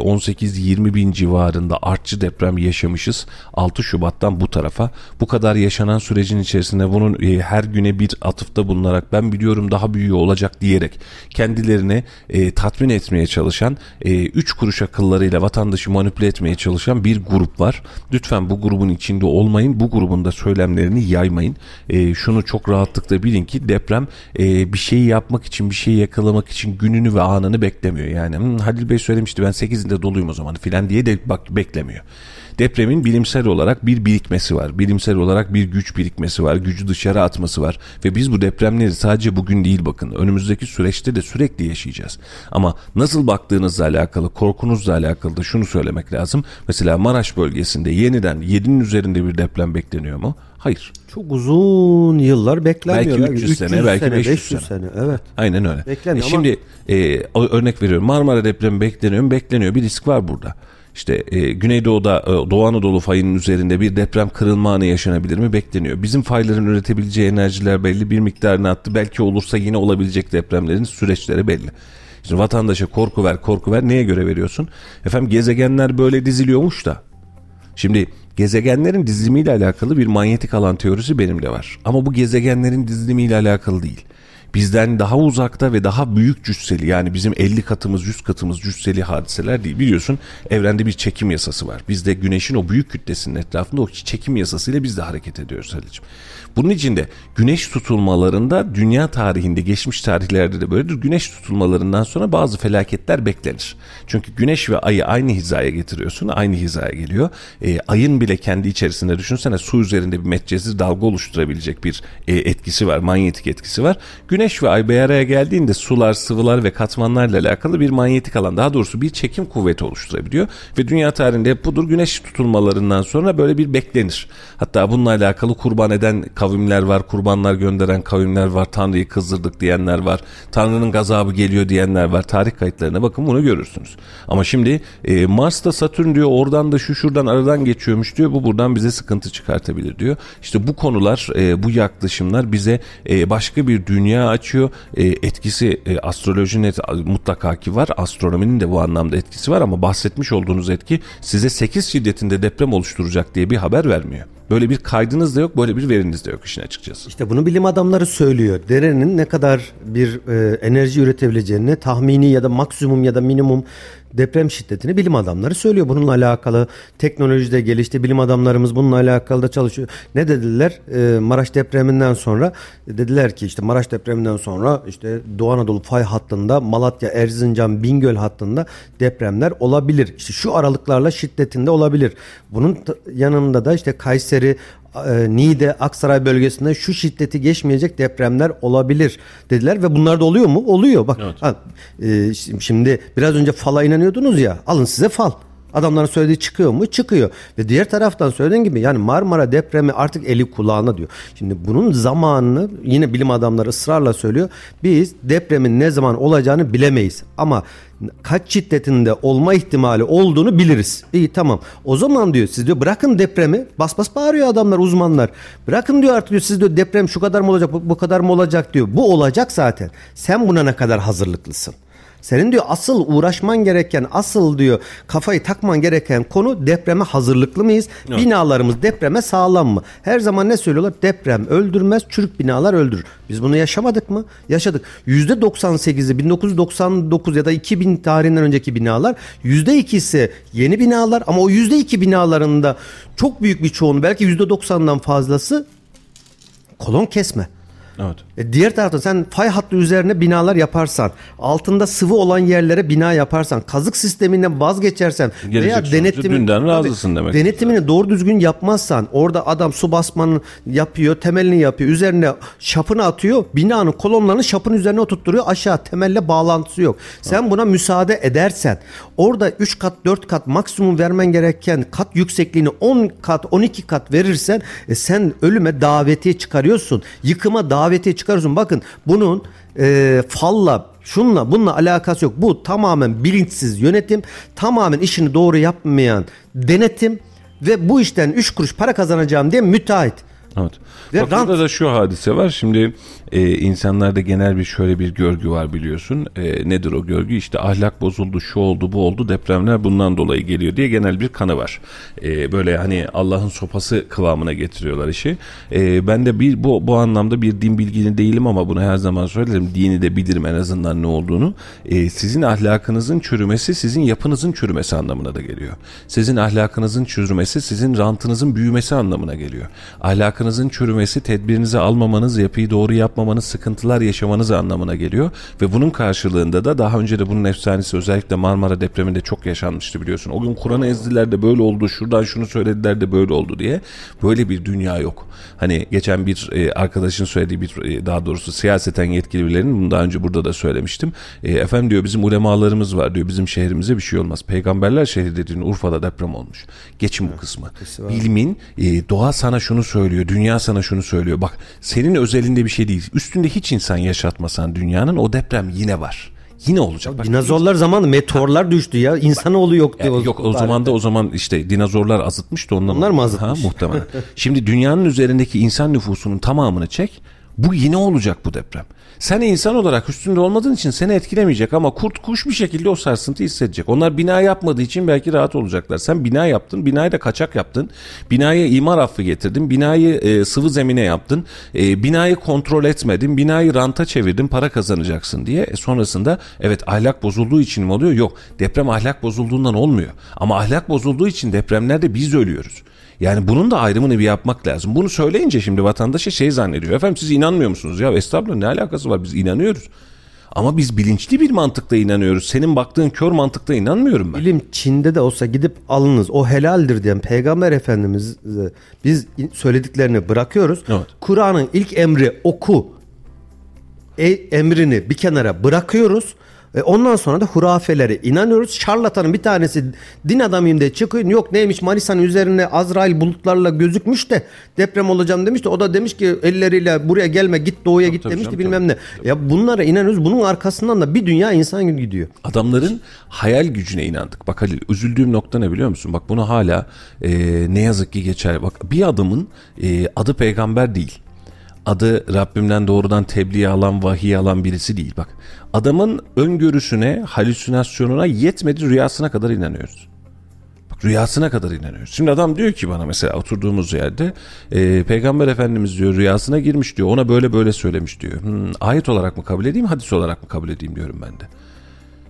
18-20 bin civarında artçı deprem yaşamışız. 6 Şubat'tan bu tarafa. Bu kadar yaşanan sürecin içerisinde bunun her güne bir atıfta bulunarak ben biliyorum daha büyüğü olacak diyerek kendilerini tatmin etmeye çalışan, 3 kuruş akıllarıyla vatandaşı manipüle etmeye çalışan bir grup var. Lütfen bu grubun içinde olmayın. Bu grubun da söylemlerini yaymayın. Şunu çok rahatlıkla bilin ki deprem bir şeyi yapmak için, bir şeyi yakalamak için gününü ve anını beklemiyor. Yani Halil Bey söylemişti ben 8'inde doluyum o zaman filan diye de beklemiyor. Depremin bilimsel olarak bir birikmesi var. Bilimsel olarak bir güç birikmesi var. Gücü dışarı atması var. Ve biz bu depremleri sadece bugün değil bakın. Önümüzdeki süreçte de sürekli yaşayacağız. Ama nasıl baktığınızla alakalı, korkunuzla alakalı da şunu söylemek lazım. Mesela Maraş bölgesinde yeniden 7'nin üzerinde bir deprem bekleniyor mu? Hayır. Çok uzun yıllar beklenmiyor. Belki 300 sene, belki 500 sene. Evet. Aynen öyle. Bekleniyor Şimdi örnek veriyorum. Marmara depremi bekleniyor. Bir risk var burada. İşte Güneydoğu'da Doğu Anadolu fayının üzerinde bir deprem kırılma anı yaşanabilir mi? Bekleniyor. Bizim fayların üretebileceği enerjiler belli, bir miktarını attı. Belki olursa yine olabilecek depremlerin süreçleri belli. Şimdi vatandaşa korku ver. Neye göre veriyorsun? Efendim gezegenler böyle diziliyormuş da. Şimdi gezegenlerin dizilimiyle alakalı bir manyetik alan teorisi benim de var. Ama bu gezegenlerin dizilimiyle alakalı değil. Bizden daha uzakta ve daha büyük cüsseli, yani bizim 50 katımız 100 katımız cüsseli hadiseler değil. Biliyorsun evrende bir çekim yasası var. Biz de güneşin o büyük kütlesinin etrafında o çekim yasasıyla biz de hareket ediyoruz Halil'ciğim. Bunun için de güneş tutulmalarında dünya tarihinde, geçmiş tarihlerde de böyledir. Güneş tutulmalarından sonra bazı felaketler beklenir. Çünkü güneş ve ayı aynı hizaya getiriyorsun. Aynı hizaya geliyor. Ayın bile kendi içerisinde düşünsene su üzerinde bir metcezir dalga oluşturabilecek bir etkisi var. Manyetik etkisi var. Güneş ve ay bir araya geldiğinde sular, sıvılar ve katmanlarla alakalı bir manyetik alan, daha doğrusu bir çekim kuvveti oluşturabiliyor. Ve dünya tarihinde hep budur. Güneş tutulmalarından sonra böyle bir beklenir. Hatta bununla alakalı kurban eden kavimler var, kurbanlar gönderen kavimler var, Tanrı'yı kızdırdık diyenler var, Tanrı'nın gazabı geliyor diyenler var. Tarih kayıtlarına bakın, bunu görürsünüz. Ama şimdi Mars'ta Satürn diyor, oradan da şuradan aradan geçiyormuş diyor, bu buradan bize sıkıntı çıkartabilir diyor. İşte bu konular, bu yaklaşımlar bize başka bir dünya açıyor. Etkisi astrolojinin mutlaka ki var, astronominin de bu anlamda etkisi var ama bahsetmiş olduğunuz etki size 8 şiddetinde deprem oluşturacak diye bir haber vermiyor. Böyle bir kaydınız da yok, böyle bir veriniz de yok işin açıkçası. İşte bunu bilim adamları söylüyor. Derenin ne kadar bir enerji üretebileceğini tahmini ya da maksimum ya da minimum deprem şiddetini bilim adamları söylüyor. Bununla alakalı teknolojide gelişti. Bilim adamlarımız bununla alakalı da çalışıyor. Ne dediler? Maraş depreminden sonra dediler ki işte Maraş depreminden sonra işte Doğu Anadolu fay hattında Malatya, Erzincan, Bingöl hattında depremler olabilir. İşte şu aralıklarla şiddetinde olabilir. Bunun yanında da işte Kayseri, Niğde, Aksaray bölgesinde şu şiddeti geçmeyecek depremler olabilir dediler ve bunlar da oluyor mu? Oluyor. Bak evet. Şimdi biraz önce fala inanıyordunuz ya, alın size fal. Adamların söylediği çıkıyor mu? Çıkıyor. Ve diğer taraftan söylediğin gibi yani Marmara depremi artık eli kulağına diyor. Şimdi bunun zamanını yine bilim adamları ısrarla söylüyor. Biz depremin ne zaman olacağını bilemeyiz. Ama kaç şiddetinde olma ihtimali olduğunu biliriz. İyi, tamam. O zaman diyor siz diyor bırakın depremi. Bas bas bağırıyor adamlar, uzmanlar. Bırakın diyor artık diyor siz diyor deprem şu kadar mı olacak, bu kadar mı olacak diyor. Bu olacak zaten. Sen buna ne kadar hazırlıklısın? Senin diyor asıl uğraşman gereken, asıl diyor kafayı takman gereken konu depreme hazırlıklı mıyız? Evet. Binalarımız depreme sağlam mı? Her zaman ne söylüyorlar? Deprem öldürmez, çürük binalar öldürür. Biz bunu yaşamadık mı? Yaşadık. %98'i 1999 ya da 2000 tarihinden önceki binalar, %2'si yeni binalar ama o %2 binalarında çok büyük bir çoğunluğu, belki %90'dan fazlası kolon kesme. Evet. Diğer tarafta sen fay hattı üzerine binalar yaparsan, altında sıvı olan yerlere bina yaparsan, kazık sisteminden vazgeçersen veya dünden razısın demek. Denetimini doğru düzgün yapmazsan, orada adam su basmanı yapıyor, temelini yapıyor, üzerine şapını atıyor, binanın kolonlarını şapın üzerine oturtturuyor, aşağı temelle bağlantısı yok. Sen buna müsaade edersen, orada 3 kat 4 kat maksimum vermen gereken kat yüksekliğini 10 kat 12 kat verirsen sen ölüme davetiye çıkarıyorsun. Yıkıma davetiye çıkarıyorsun. Bakın bunun falla, şunla bununla alakası yok. Bu tamamen bilinçsiz yönetim, tamamen işini doğru yapmayan denetim ve bu işten 3 kuruş para kazanacağım diye müteahhit. Evet. Bak burada da şu hadise var. Şimdi insanlarda genel bir şöyle bir görgü var biliyorsun. Nedir o görgü? İşte ahlak bozuldu, şu oldu, bu oldu, depremler bundan dolayı geliyor diye genel bir kanı var. Böyle hani Allah'ın sopası kıvamına getiriyorlar işi. Ben de bu anlamda bir din bilgini değilim ama bunu her zaman söylerim. Dini de bilirim en azından ne olduğunu. Sizin ahlakınızın çürümesi sizin yapınızın çürümesi anlamına da geliyor. Sizin ahlakınızın çürümesi sizin rantınızın büyümesi anlamına geliyor. Ahlakınızın çürümesi tedbirinizi almamanız, yapıyı doğru yapmamanız, sıkıntılar yaşamanız anlamına geliyor. Ve bunun karşılığında da daha önce de bunun efsanesi özellikle Marmara depreminde çok yaşanmıştı biliyorsun. O gün Kur'an'ı ezdiler de böyle oldu, şuradan şunu söylediler de böyle oldu diye. Böyle bir dünya yok. Hani geçen bir arkadaşın söylediği daha doğrusu siyaseten yetkili birilerinin, bunu daha önce burada da söylemiştim. Efendim diyor bizim ulemalarımız var diyor, bizim şehrimize bir şey olmaz. Peygamberler şehri dediğin Urfa'da deprem olmuş. Geçin bu kısmı. Bilimin doğa sana şunu söylüyor, dünya sana şunu söylüyor. Bak senin özelinde bir şey değil. Üstünde hiç insan yaşatmasan dünyanın o deprem yine var. Yine olacak. Bak, dinozorlar zamanı meteorlar düştü ya. İnsanoğlu yok diyor. Yok o zaman işte dinozorlar azıtmıştı ondan. Onlar mı azıtmış? Muhtemelen. Şimdi dünyanın üzerindeki insan nüfusunun tamamını çek. Bu yine olacak bu deprem. Sen insan olarak üstünde olmadığın için seni etkilemeyecek ama kurt kuş bir şekilde o sarsıntıyı hissedecek. Onlar bina yapmadığı için belki rahat olacaklar. Sen bina yaptın, binayı da kaçak yaptın. Binaya imar affı getirdin, binayı sıvı zemine yaptın. Binayı kontrol etmedin, binayı ranta çevirdin, para kazanacaksın diye. Sonrasında evet ahlak bozulduğu için mi oluyor? Yok, deprem ahlak bozulduğundan olmuyor. Ama ahlak bozulduğu için depremlerde biz ölüyoruz. Yani bunun da ayrımını bir yapmak lazım. Bunu söyleyince şimdi vatandaşa şey zannediyor. Efendim siz inanmıyor musunuz? Ya estağfurullah ne alakası var, biz inanıyoruz. Ama biz bilinçli bir mantıkta inanıyoruz. Senin baktığın kör mantıkta inanmıyorum ben. Bilim Çin'de de olsa gidip alınız. O helaldir diyen Peygamber Efendimiz biz söylediklerini bırakıyoruz. Evet. Kur'an'ın ilk emri oku emrini bir kenara bırakıyoruz. Ondan sonra da hurafelere inanıyoruz. Şarlatanın bir tanesi din adamıyım diye çıkıyor. Yok neymiş, Manisa'nın üzerine Azrail bulutlarla gözükmüş de deprem olacağım demiş de o da demiş ki elleriyle buraya gelme, git doğuya git demişti bilmem ne. Ya bunlara inanıyoruz. Bunun arkasından da bir dünya insan gidiyor. Adamların hayal gücüne inandık. Bak Halil, üzüldüğüm nokta ne biliyor musun? Bak bunu hala ne yazık ki geçer. Bak bir adamın adı peygamber değil. Adı Rabbimden doğrudan tebliğ alan, vahiy alan birisi değil. Bak adamın öngörüsüne, halüsinasyonuna yetmedi, rüyasına kadar inanıyoruz. Bak rüyasına kadar inanıyoruz. Şimdi adam diyor ki bana mesela oturduğumuz yerde Peygamber Efendimiz diyor rüyasına girmiş diyor. Ona böyle böyle söylemiş diyor. Ayet olarak mı kabul edeyim, hadis olarak mı kabul edeyim diyorum ben de.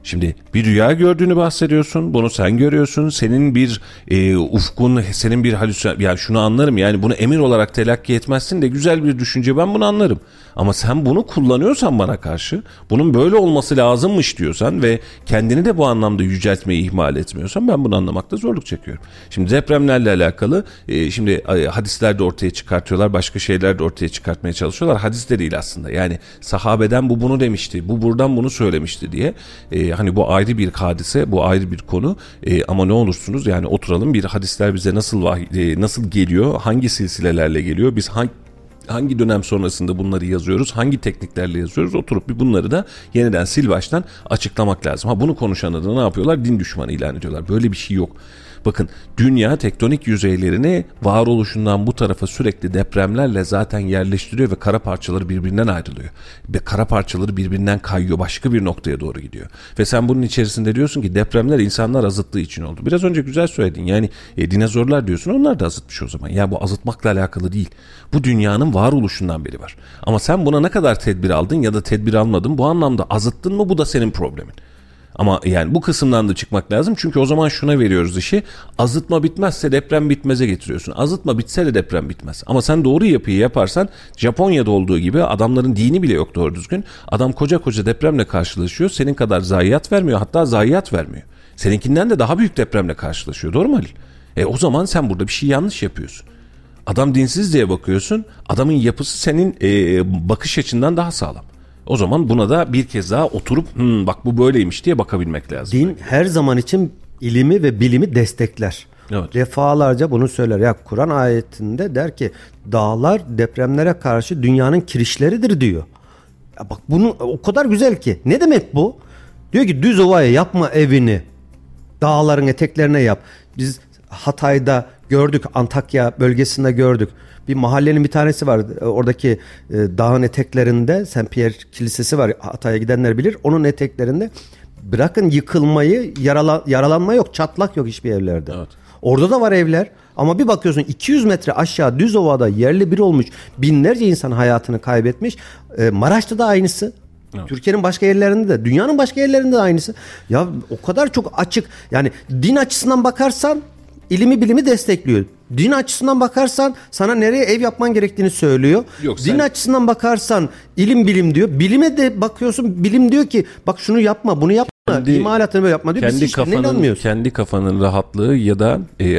Şimdi bir rüya gördüğünü bahsediyorsun. Bunu sen görüyorsun. Senin bir ufkun, senin bir halüsinasyon. Yani şunu anlarım. Yani bunu emir olarak telakki etmezsin de güzel bir düşünce. Ben bunu anlarım. Ama sen bunu kullanıyorsan bana karşı, bunun böyle olması lazımmış diyorsan ve kendini de bu anlamda yüceltmeyi ihmal etmiyorsan ben bunu anlamakta zorluk çekiyorum. Şimdi depremlerle alakalı şimdi hadisler de ortaya çıkartıyorlar. Başka şeyler de ortaya çıkartmaya çalışıyorlar. Hadis de değil aslında. Yani sahabeden bu bunu demişti. Bu buradan bunu söylemişti diye. Hani bu ayrı bir hadise, bu ayrı bir konu. Ama ne olursunuz yani oturalım, bir hadisler bize nasıl geliyor, hangi silsilelerle geliyor, biz hangi dönem sonrasında bunları yazıyoruz, hangi tekniklerle yazıyoruz, oturup bir bunları da yeniden sil baştan açıklamak lazım. Bunu konuşanlar da ne yapıyorlar? Din düşmanı ilan ediyorlar. Böyle bir şey yok. Bakın, dünya tektonik yüzeylerini varoluşundan bu tarafa sürekli depremlerle zaten yerleştiriyor ve kara parçaları birbirinden ayrılıyor. Ve kara parçaları birbirinden kayıyor, başka bir noktaya doğru gidiyor. Ve sen bunun içerisinde diyorsun ki depremler insanlar azıttığı için oldu. Biraz önce güzel söyledin. Yani dinozorlar diyorsun, onlar da azıtmış o zaman. Ya bu azıtmakla alakalı değil. Bu dünyanın varoluşundan beri var. Ama sen buna ne kadar tedbir aldın ya da tedbir almadın, bu anlamda azıttın mı, bu da senin problemin. Ama yani bu kısımdan da çıkmak lazım. Çünkü o zaman şuna veriyoruz işi. Azıtma bitmezse deprem bitmeze getiriyorsun. Azıtma bitse de deprem bitmez. Ama sen doğru yapıyı yaparsan, Japonya'da olduğu gibi, adamların dini bile yok doğru düzgün. Adam koca koca depremle karşılaşıyor. Senin kadar zayiat vermiyor. Hatta zayiat vermiyor. Seninkinden de daha büyük depremle karşılaşıyor. Doğru mu Halil? O zaman sen burada bir şey yanlış yapıyorsun. Adam dinsiz diye bakıyorsun. Adamın yapısı senin bakış açından daha sağlam. O zaman buna da bir kez daha oturup bak bu böyleymiş diye bakabilmek lazım. Din her zaman için ilimi ve bilimi destekler. Evet. Defalarca bunu söyler. Ya Kur'an ayetinde der ki dağlar depremlere karşı dünyanın kirişleridir diyor. Ya bak bunu o kadar güzel ki. Ne demek bu? Diyor ki düz ovaya yapma evini. Dağların eteklerine yap. Biz Hatay'da gördük, Antakya bölgesinde gördük. Bir mahallenin bir tanesi var. Oradaki dağın eteklerinde Saint Pierre Kilisesi var. Hatay'a gidenler bilir. Onun eteklerinde bırakın yıkılmayı, yaralanma yok, çatlak yok hiçbir evlerde. Evet. Orada da var evler. Ama bir bakıyorsun 200 metre aşağı düz ovada yerli bir olmuş. Binlerce insan hayatını kaybetmiş. Maraş'ta da aynısı. Evet. Türkiye'nin başka yerlerinde de, dünyanın başka yerlerinde de aynısı. Ya o kadar çok açık. Yani din açısından bakarsan ilimi bilimi destekliyor. Din açısından bakarsan sana nereye ev yapman gerektiğini söylüyor. Din açısından bakarsan ilim bilim diyor. Bilime de bakıyorsun, bilim diyor ki bak şunu yapma, bunu yapma. İmalatını böyle yapma diyor. Kendi kafanın rahatlığı ya da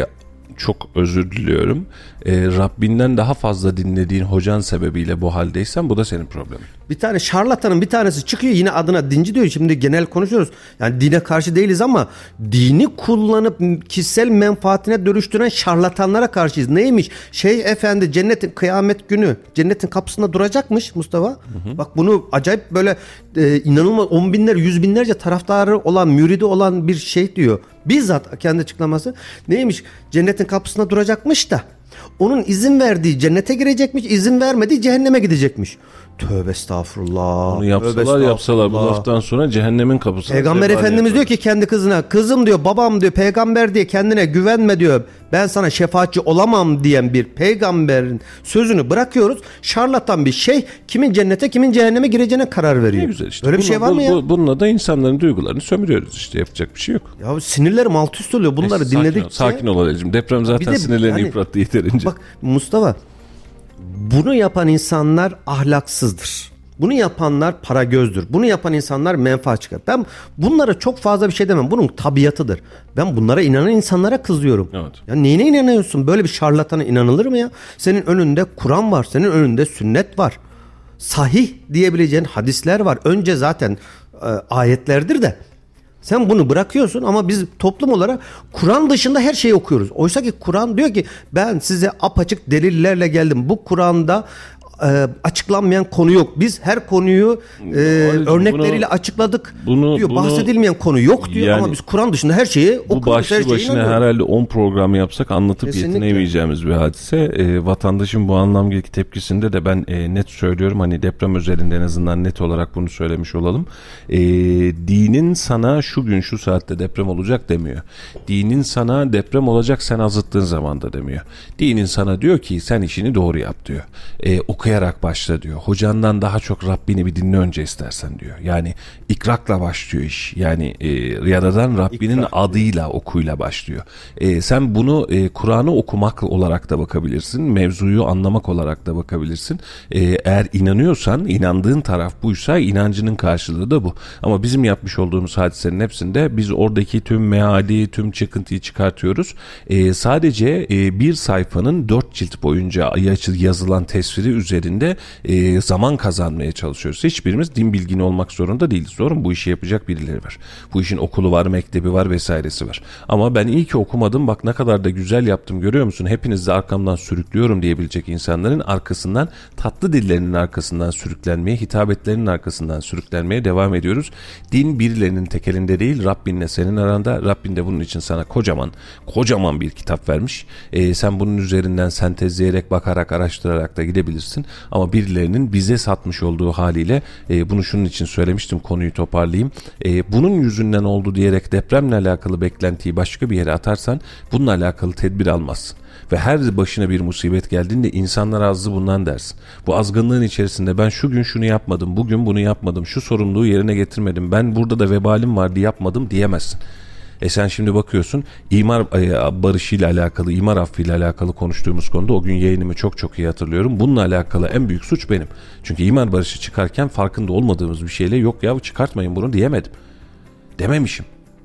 çok özür diliyorum, Rabbinden daha fazla dinlediğin hocan sebebiyle bu haldeysen bu da senin problemin. Bir tane şarlatanın bir tanesi çıkıyor, yine adına dinci diyor. Şimdi genel konuşuyoruz. Yani dine karşı değiliz ama dini kullanıp kişisel menfaatine dönüştüren şarlatanlara karşıyız. Neymiş? Efendi cennetin kıyamet günü cennetin kapısında duracakmış Mustafa. Hı. Bak bunu acayip böyle inanılmaz 10 binler 100 binlerce taraftarı olan, müridi olan bir diyor. Bizzat kendi açıklaması. Neymiş? Cennetin kapısında duracakmış da onun izin verdiği cennete girecekmiş, izin vermediği cehenneme gidecekmiş. Tövbe estağfurullah. Onu yapsalar bu laftan sonra cehennemin kapısına. Peygamber Efendimiz diyor ki kendi kızına, kızım diyor, babam diyor, peygamber diye kendine güvenme diyor. Ben sana şefaatçi olamam diyen bir peygamberin sözünü bırakıyoruz. Şarlatan bir kimin cennete kimin cehenneme gireceğine karar veriyor. Ne güzel işte. Öyle bir şey var mı ya? Bununla da insanların duygularını sömürüyoruz işte, yapacak bir şey yok. Ya sinirlerim alt üst oluyor bunları dinledikçe. Sakin ol Ali'cim. Deprem zaten sinirlerini yıprattı yeterince. Bak Mustafa, bunu yapan insanlar ahlaksızdır. Bunu yapanlar para gözdür. Bunu yapan insanlar menfaat çıkar. Ben bunlara çok fazla bir şey demem. Bunun tabiatıdır. Ben bunlara inanan insanlara kızıyorum. Evet. Ya neyine inanıyorsun? Böyle bir şarlatana inanılır mı ya? Senin önünde Kur'an var. Senin önünde sünnet var. Sahih diyebileceğin hadisler var. Önce zaten ayetlerdir de. Sen bunu bırakıyorsun ama biz toplum olarak Kur'an dışında her şeyi okuyoruz. Oysa ki Kur'an diyor ki ben size apaçık delillerle geldim. Bu Kur'an'da açıklanmayan konu yok. Biz her konuyu örnekleriyle açıkladık diyor. Bahsedilmeyen konu yok diyor yani, ama biz Kur'an dışında her şeyi okuyoruz. Bu başlı başına herhalde 10 program yapsak anlatıp yetinemeyeceğimiz bir hadise. Vatandaşın bu anlamdaki tepkisinde de ben net söylüyorum. Hani deprem özelinde en azından net olarak bunu söylemiş olalım. Dinin sana şu gün şu saatte deprem olacak demiyor. Dinin sana deprem olacak sen azıttığın zaman da demiyor. Dinin sana diyor ki sen işini doğru yap diyor. O okuyarak başla diyor. Hocandan daha çok Rabbini bir dinle önce istersen diyor. Yani ikrakla başlıyor iş. Yani Yaradan Rabbinin adıyla, okuyla başlıyor. Sen bunu Kur'an'ı okumak olarak da bakabilirsin. Mevzuyu anlamak olarak da bakabilirsin. Eğer inanıyorsan, inandığın taraf buysa inancının karşılığı da bu. Ama bizim yapmış olduğumuz hadisenin hepsinde biz oradaki tüm meali, tüm çıkıntıyı çıkartıyoruz. Sadece bir sayfanın 4 cilt boyunca yazılan tesviri üzerinde zaman kazanmaya çalışıyoruz. Hiçbirimiz din bilgini olmak zorunda değiliz. Doğru mu? Bu işi yapacak birileri var. Bu işin okulu var, mektebi var, vesairesi var. Ama ben iyi ki okumadım, bak ne kadar da güzel yaptım, görüyor musun? Hepinizi arkamdan sürüklüyorum diyebilecek insanların arkasından, tatlı dillerinin arkasından sürüklenmeye, hitabetlerinin arkasından sürüklenmeye devam ediyoruz. Din birilerinin tek elinde değil, Rabbinle senin aranda. Rabbin de bunun için sana kocaman bir kitap vermiş. Sen bunun üzerinden sentezleyerek, bakarak, araştırarak da gidebilirsin. Ama birilerinin bize satmış olduğu haliyle, bunu şunun için söylemiştim, konuyu toparlayayım. Bunun yüzünden oldu diyerek depremle alakalı beklentiyi başka bir yere atarsan bununla alakalı tedbir almazsın. Ve her başına bir musibet geldiğinde insanlar azdı bundan dersin. Bu azgınlığın içerisinde ben şu gün şunu yapmadım, bugün bunu yapmadım, şu sorumluluğu yerine getirmedim, ben burada da vebalim vardı yapmadım diyemezsin. Sen şimdi bakıyorsun imar barışıyla alakalı, imar affıyla alakalı konuştuğumuz konuda o gün yayınımı çok iyi hatırlıyorum. Bununla alakalı en büyük suç benim. Çünkü imar barışı çıkarken farkında olmadığımız bir şeyle yok ya çıkartmayın bunu diyemedim. Dememişim.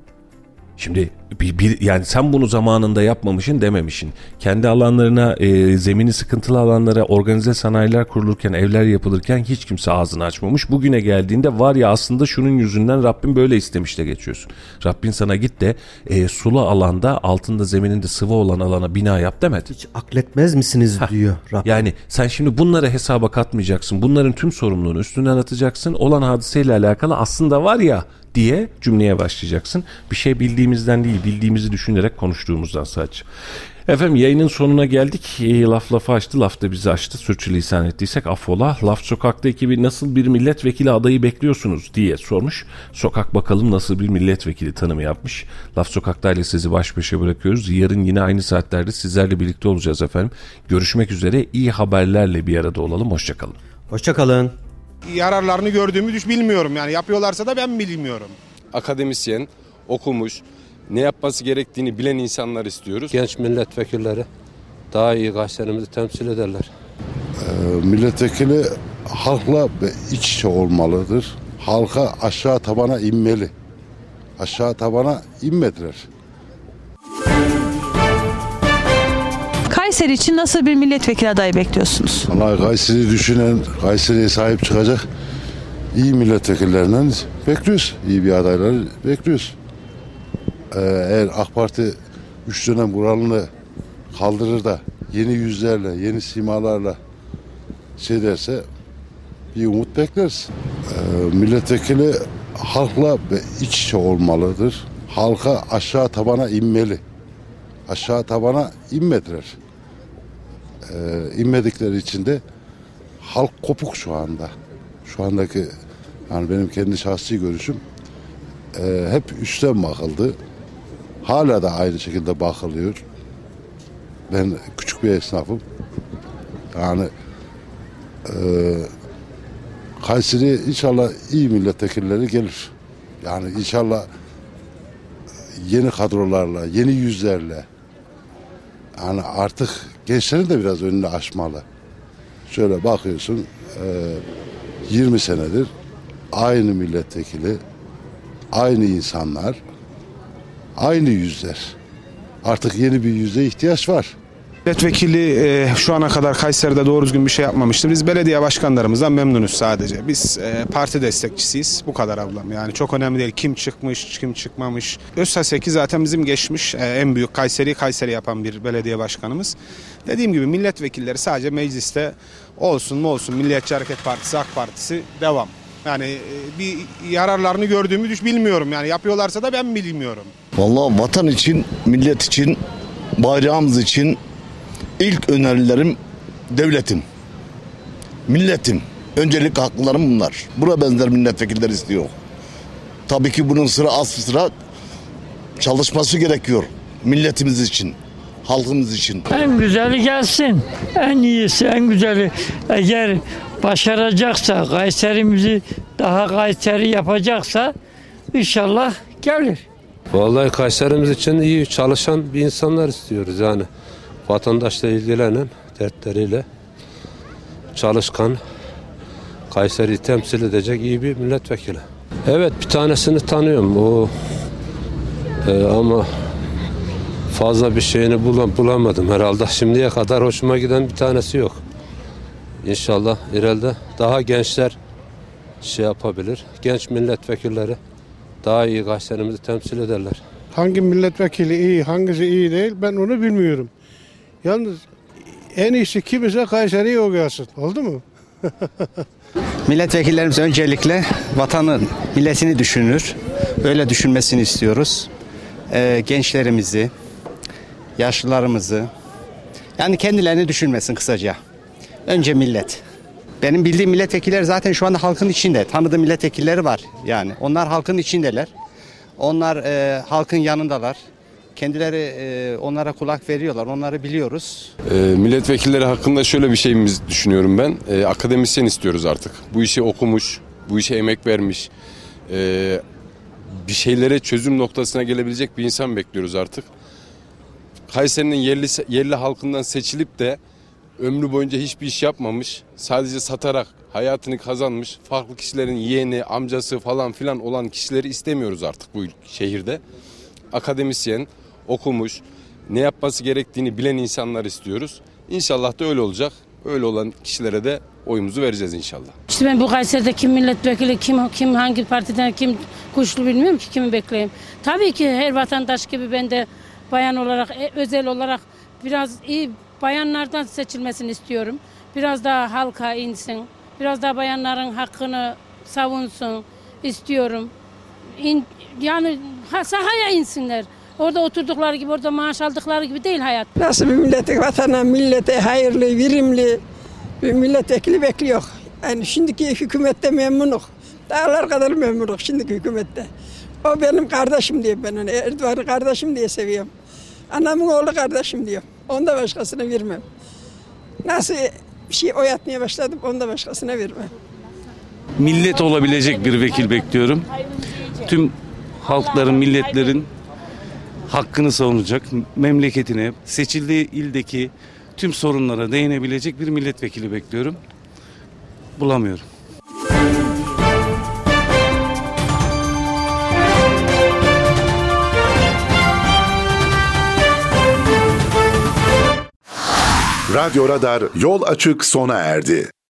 Şimdi yani sen bunu zamanında yapmamışsın dememişsin. Kendi alanlarına, zemini sıkıntılı alanlara organize sanayiler kurulurken, evler yapılırken hiç kimse ağzını açmamış. Bugüne geldiğinde var ya aslında şunun yüzünden Rabbim böyle istemiş de geçiyorsun. Rabbin sana git de sulu alanda, altında zemininde sıvı olan alana bina yap demedi. Hiç akletmez misiniz diyor Rabbim. Yani sen şimdi bunları hesaba katmayacaksın. Bunların tüm sorumluluğunu üstünden atacaksın. Olan hadiseyle alakalı aslında var ya diye cümleye başlayacaksın. Bir şey bildiğimizden değil, bildiğimizi düşünerek konuştuğumuzdan sadece. Efendim yayının sonuna geldik. Laf lafı açtı, laf da bizi açtı. Sürçülisan ettiysek affola. Laf Sokak'ta ekibi nasıl bir milletvekili adayı bekliyorsunuz diye sormuş. Sokak bakalım nasıl bir milletvekili tanımı yapmış. Laf Sokak'ta ile sizi baş başa bırakıyoruz. Yarın yine aynı saatlerde sizlerle birlikte olacağız efendim. Görüşmek üzere, iyi haberlerle bir arada olalım. Hoşçakalın. Hoşçakalın. Yararlarını gördüğümü bilmiyorum yani yapıyorlarsa da ben bilmiyorum. Akademisyen, okumuş, ne yapması gerektiğini bilen insanlar istiyoruz. Genç milletvekilleri daha iyi Kayseri'mizi temsil ederler. Milletvekili halkla iç içe olmalıdır. Halka aşağı tabana inmeli. Aşağı tabana inmediler. Kayseri için nasıl bir milletvekili adayı bekliyorsunuz? Vallahi Kayseri'yi düşünen, Kayseri'ye sahip çıkacak iyi milletvekillerinden bekliyoruz. İyi bir adayları bekliyoruz. Eğer AK Parti 3 dönem kuralını kaldırır da yeni yüzlerle, yeni simalarla derse bir umut bekleriz. Milletvekili halkla iç içe olmalıdır. Halka aşağı tabana inmeli. Aşağı tabana inmediler. İnmedikleri için de halk kopuk şu anda. Şu andaki yani benim kendi şahsi görüşüm hep üstten bakıldı. Hala da aynı şekilde bakılıyor. Ben küçük bir esnafım. Yani Kayseri'ye inşallah iyi milletvekilleri gelir. Yani inşallah yeni kadrolarla, yeni yüzlerle yani artık gençlerin de biraz önünü aşmalı. Şöyle bakıyorsun 20 senedir aynı milletvekili, aynı insanlar, aynı yüzler. Artık yeni bir yüze ihtiyaç var. Milletvekili şu ana kadar Kayseri'de doğru düzgün bir şey yapmamıştır. Biz belediye başkanlarımızdan memnunuz sadece. Biz parti destekçisiyiz. Bu kadar ablam. Yani çok önemli değil. Kim çıkmış, kim çıkmamış. Özsaseki zaten bizim geçmiş en büyük Kayseri yapan bir belediye başkanımız. Dediğim gibi milletvekilleri sadece mecliste olsun mu olsun. Milliyetçi Hareket Partisi, AK Partisi devam. Yani bir yararlarını gördüğümü bilmiyorum. Yani yapıyorlarsa da ben bilmiyorum. Vallahi vatan için, millet için, bayrağımız için ilk önerilerim devletim, milletim. Öncelik haklarım bunlar. Buna benzer milletvekilleri istiyor. Tabii ki bunun sıra çalışması gerekiyor milletimiz için. halkımız için. En güzeli gelsin. En iyisi, en güzeli. Eğer başaracaksa, Kayseri'mizi daha Kayseri yapacaksa inşallah gelir. Vallahi Kayserimiz için iyi çalışan bir insanlar istiyoruz yani. Vatandaşla ilgilenen dertleriyle çalışkan, Kayseri'yi temsil edecek iyi bir milletvekili. Evet, bir tanesini tanıyorum o ama fazla bir şeyini bulamadım herhalde. Şimdiye kadar hoşuma giden bir tanesi yok. İnşallah ileride daha gençler şey yapabilir. Genç milletvekilleri daha iyi Kayseri'mizi temsil ederler. Hangi milletvekili iyi, hangisi iyi değil ben onu bilmiyorum. Yalnız en iyisi kim ise Kayseri'ye o gelsin. Oldu mu? Milletvekillerimiz öncelikle vatanın, milletini düşünür. Öyle düşünmesini istiyoruz. Gençlerimizi, yaşlılarımızı, yani kendilerini düşünmesin kısaca. Önce millet. Benim bildiğim milletvekilleri zaten şu anda halkın içinde. Tanıdığım milletvekilleri var yani. Onlar halkın içindeler. Onlar halkın yanındalar. Kendileri onlara kulak veriyorlar. Onları biliyoruz. Milletvekilleri hakkında şöyle bir şeyimiz düşünüyorum ben. Akademisyen istiyoruz artık. Bu işi okumuş, bu işe emek vermiş, bir şeylere çözüm noktasına gelebilecek bir insan bekliyoruz artık. Kayseri'nin yerli halkından seçilip de ömrü boyunca hiçbir iş yapmamış, sadece satarak hayatını kazanmış, farklı kişilerin yeğeni, amcası falan filan olan kişileri istemiyoruz artık bu şehirde. Akademisyen, okumuş, ne yapması gerektiğini bilen insanlar istiyoruz. İnşallah da öyle olacak. Öyle olan kişilere de oyumuzu vereceğiz inşallah. İşte ben bu Kayseri'de kim milletvekili, kim hangi partiden, kim kuşlu bilmiyorum ki kimi bekleyeyim. Tabii ki her vatandaş gibi ben de bayan olarak, özel olarak biraz iyi bayanlardan seçilmesini istiyorum. Biraz daha halka insin, biraz daha bayanların hakkını savunsun istiyorum. Yani sahaya insinler. Orada oturdukları gibi, orada maaş aldıkları gibi değil hayat. Nasıl bir millete, vatana, millete hayırlı, verimli bir milletvekili bekliyor. Yani şimdiki hükümette memnunuk. Dağlar kadar memnunuk şimdiki hükümette. O benim kardeşim diye ben onu Erdoğan'ı kardeşim diye seviyorum. Anamın oğlu kardeşim diyor. Onu da başkasına vermem. Nasıl bir şey oy atmaya başladım onu da başkasına vermem. Millet olabilecek bir vekil bekliyorum. Tüm halkların, milletlerin hakkını savunacak, memleketine, seçildiği ildeki tüm sorunlara değinebilecek bir milletvekili bekliyorum. Bulamıyorum. Radyo Radar yol açık sona erdi.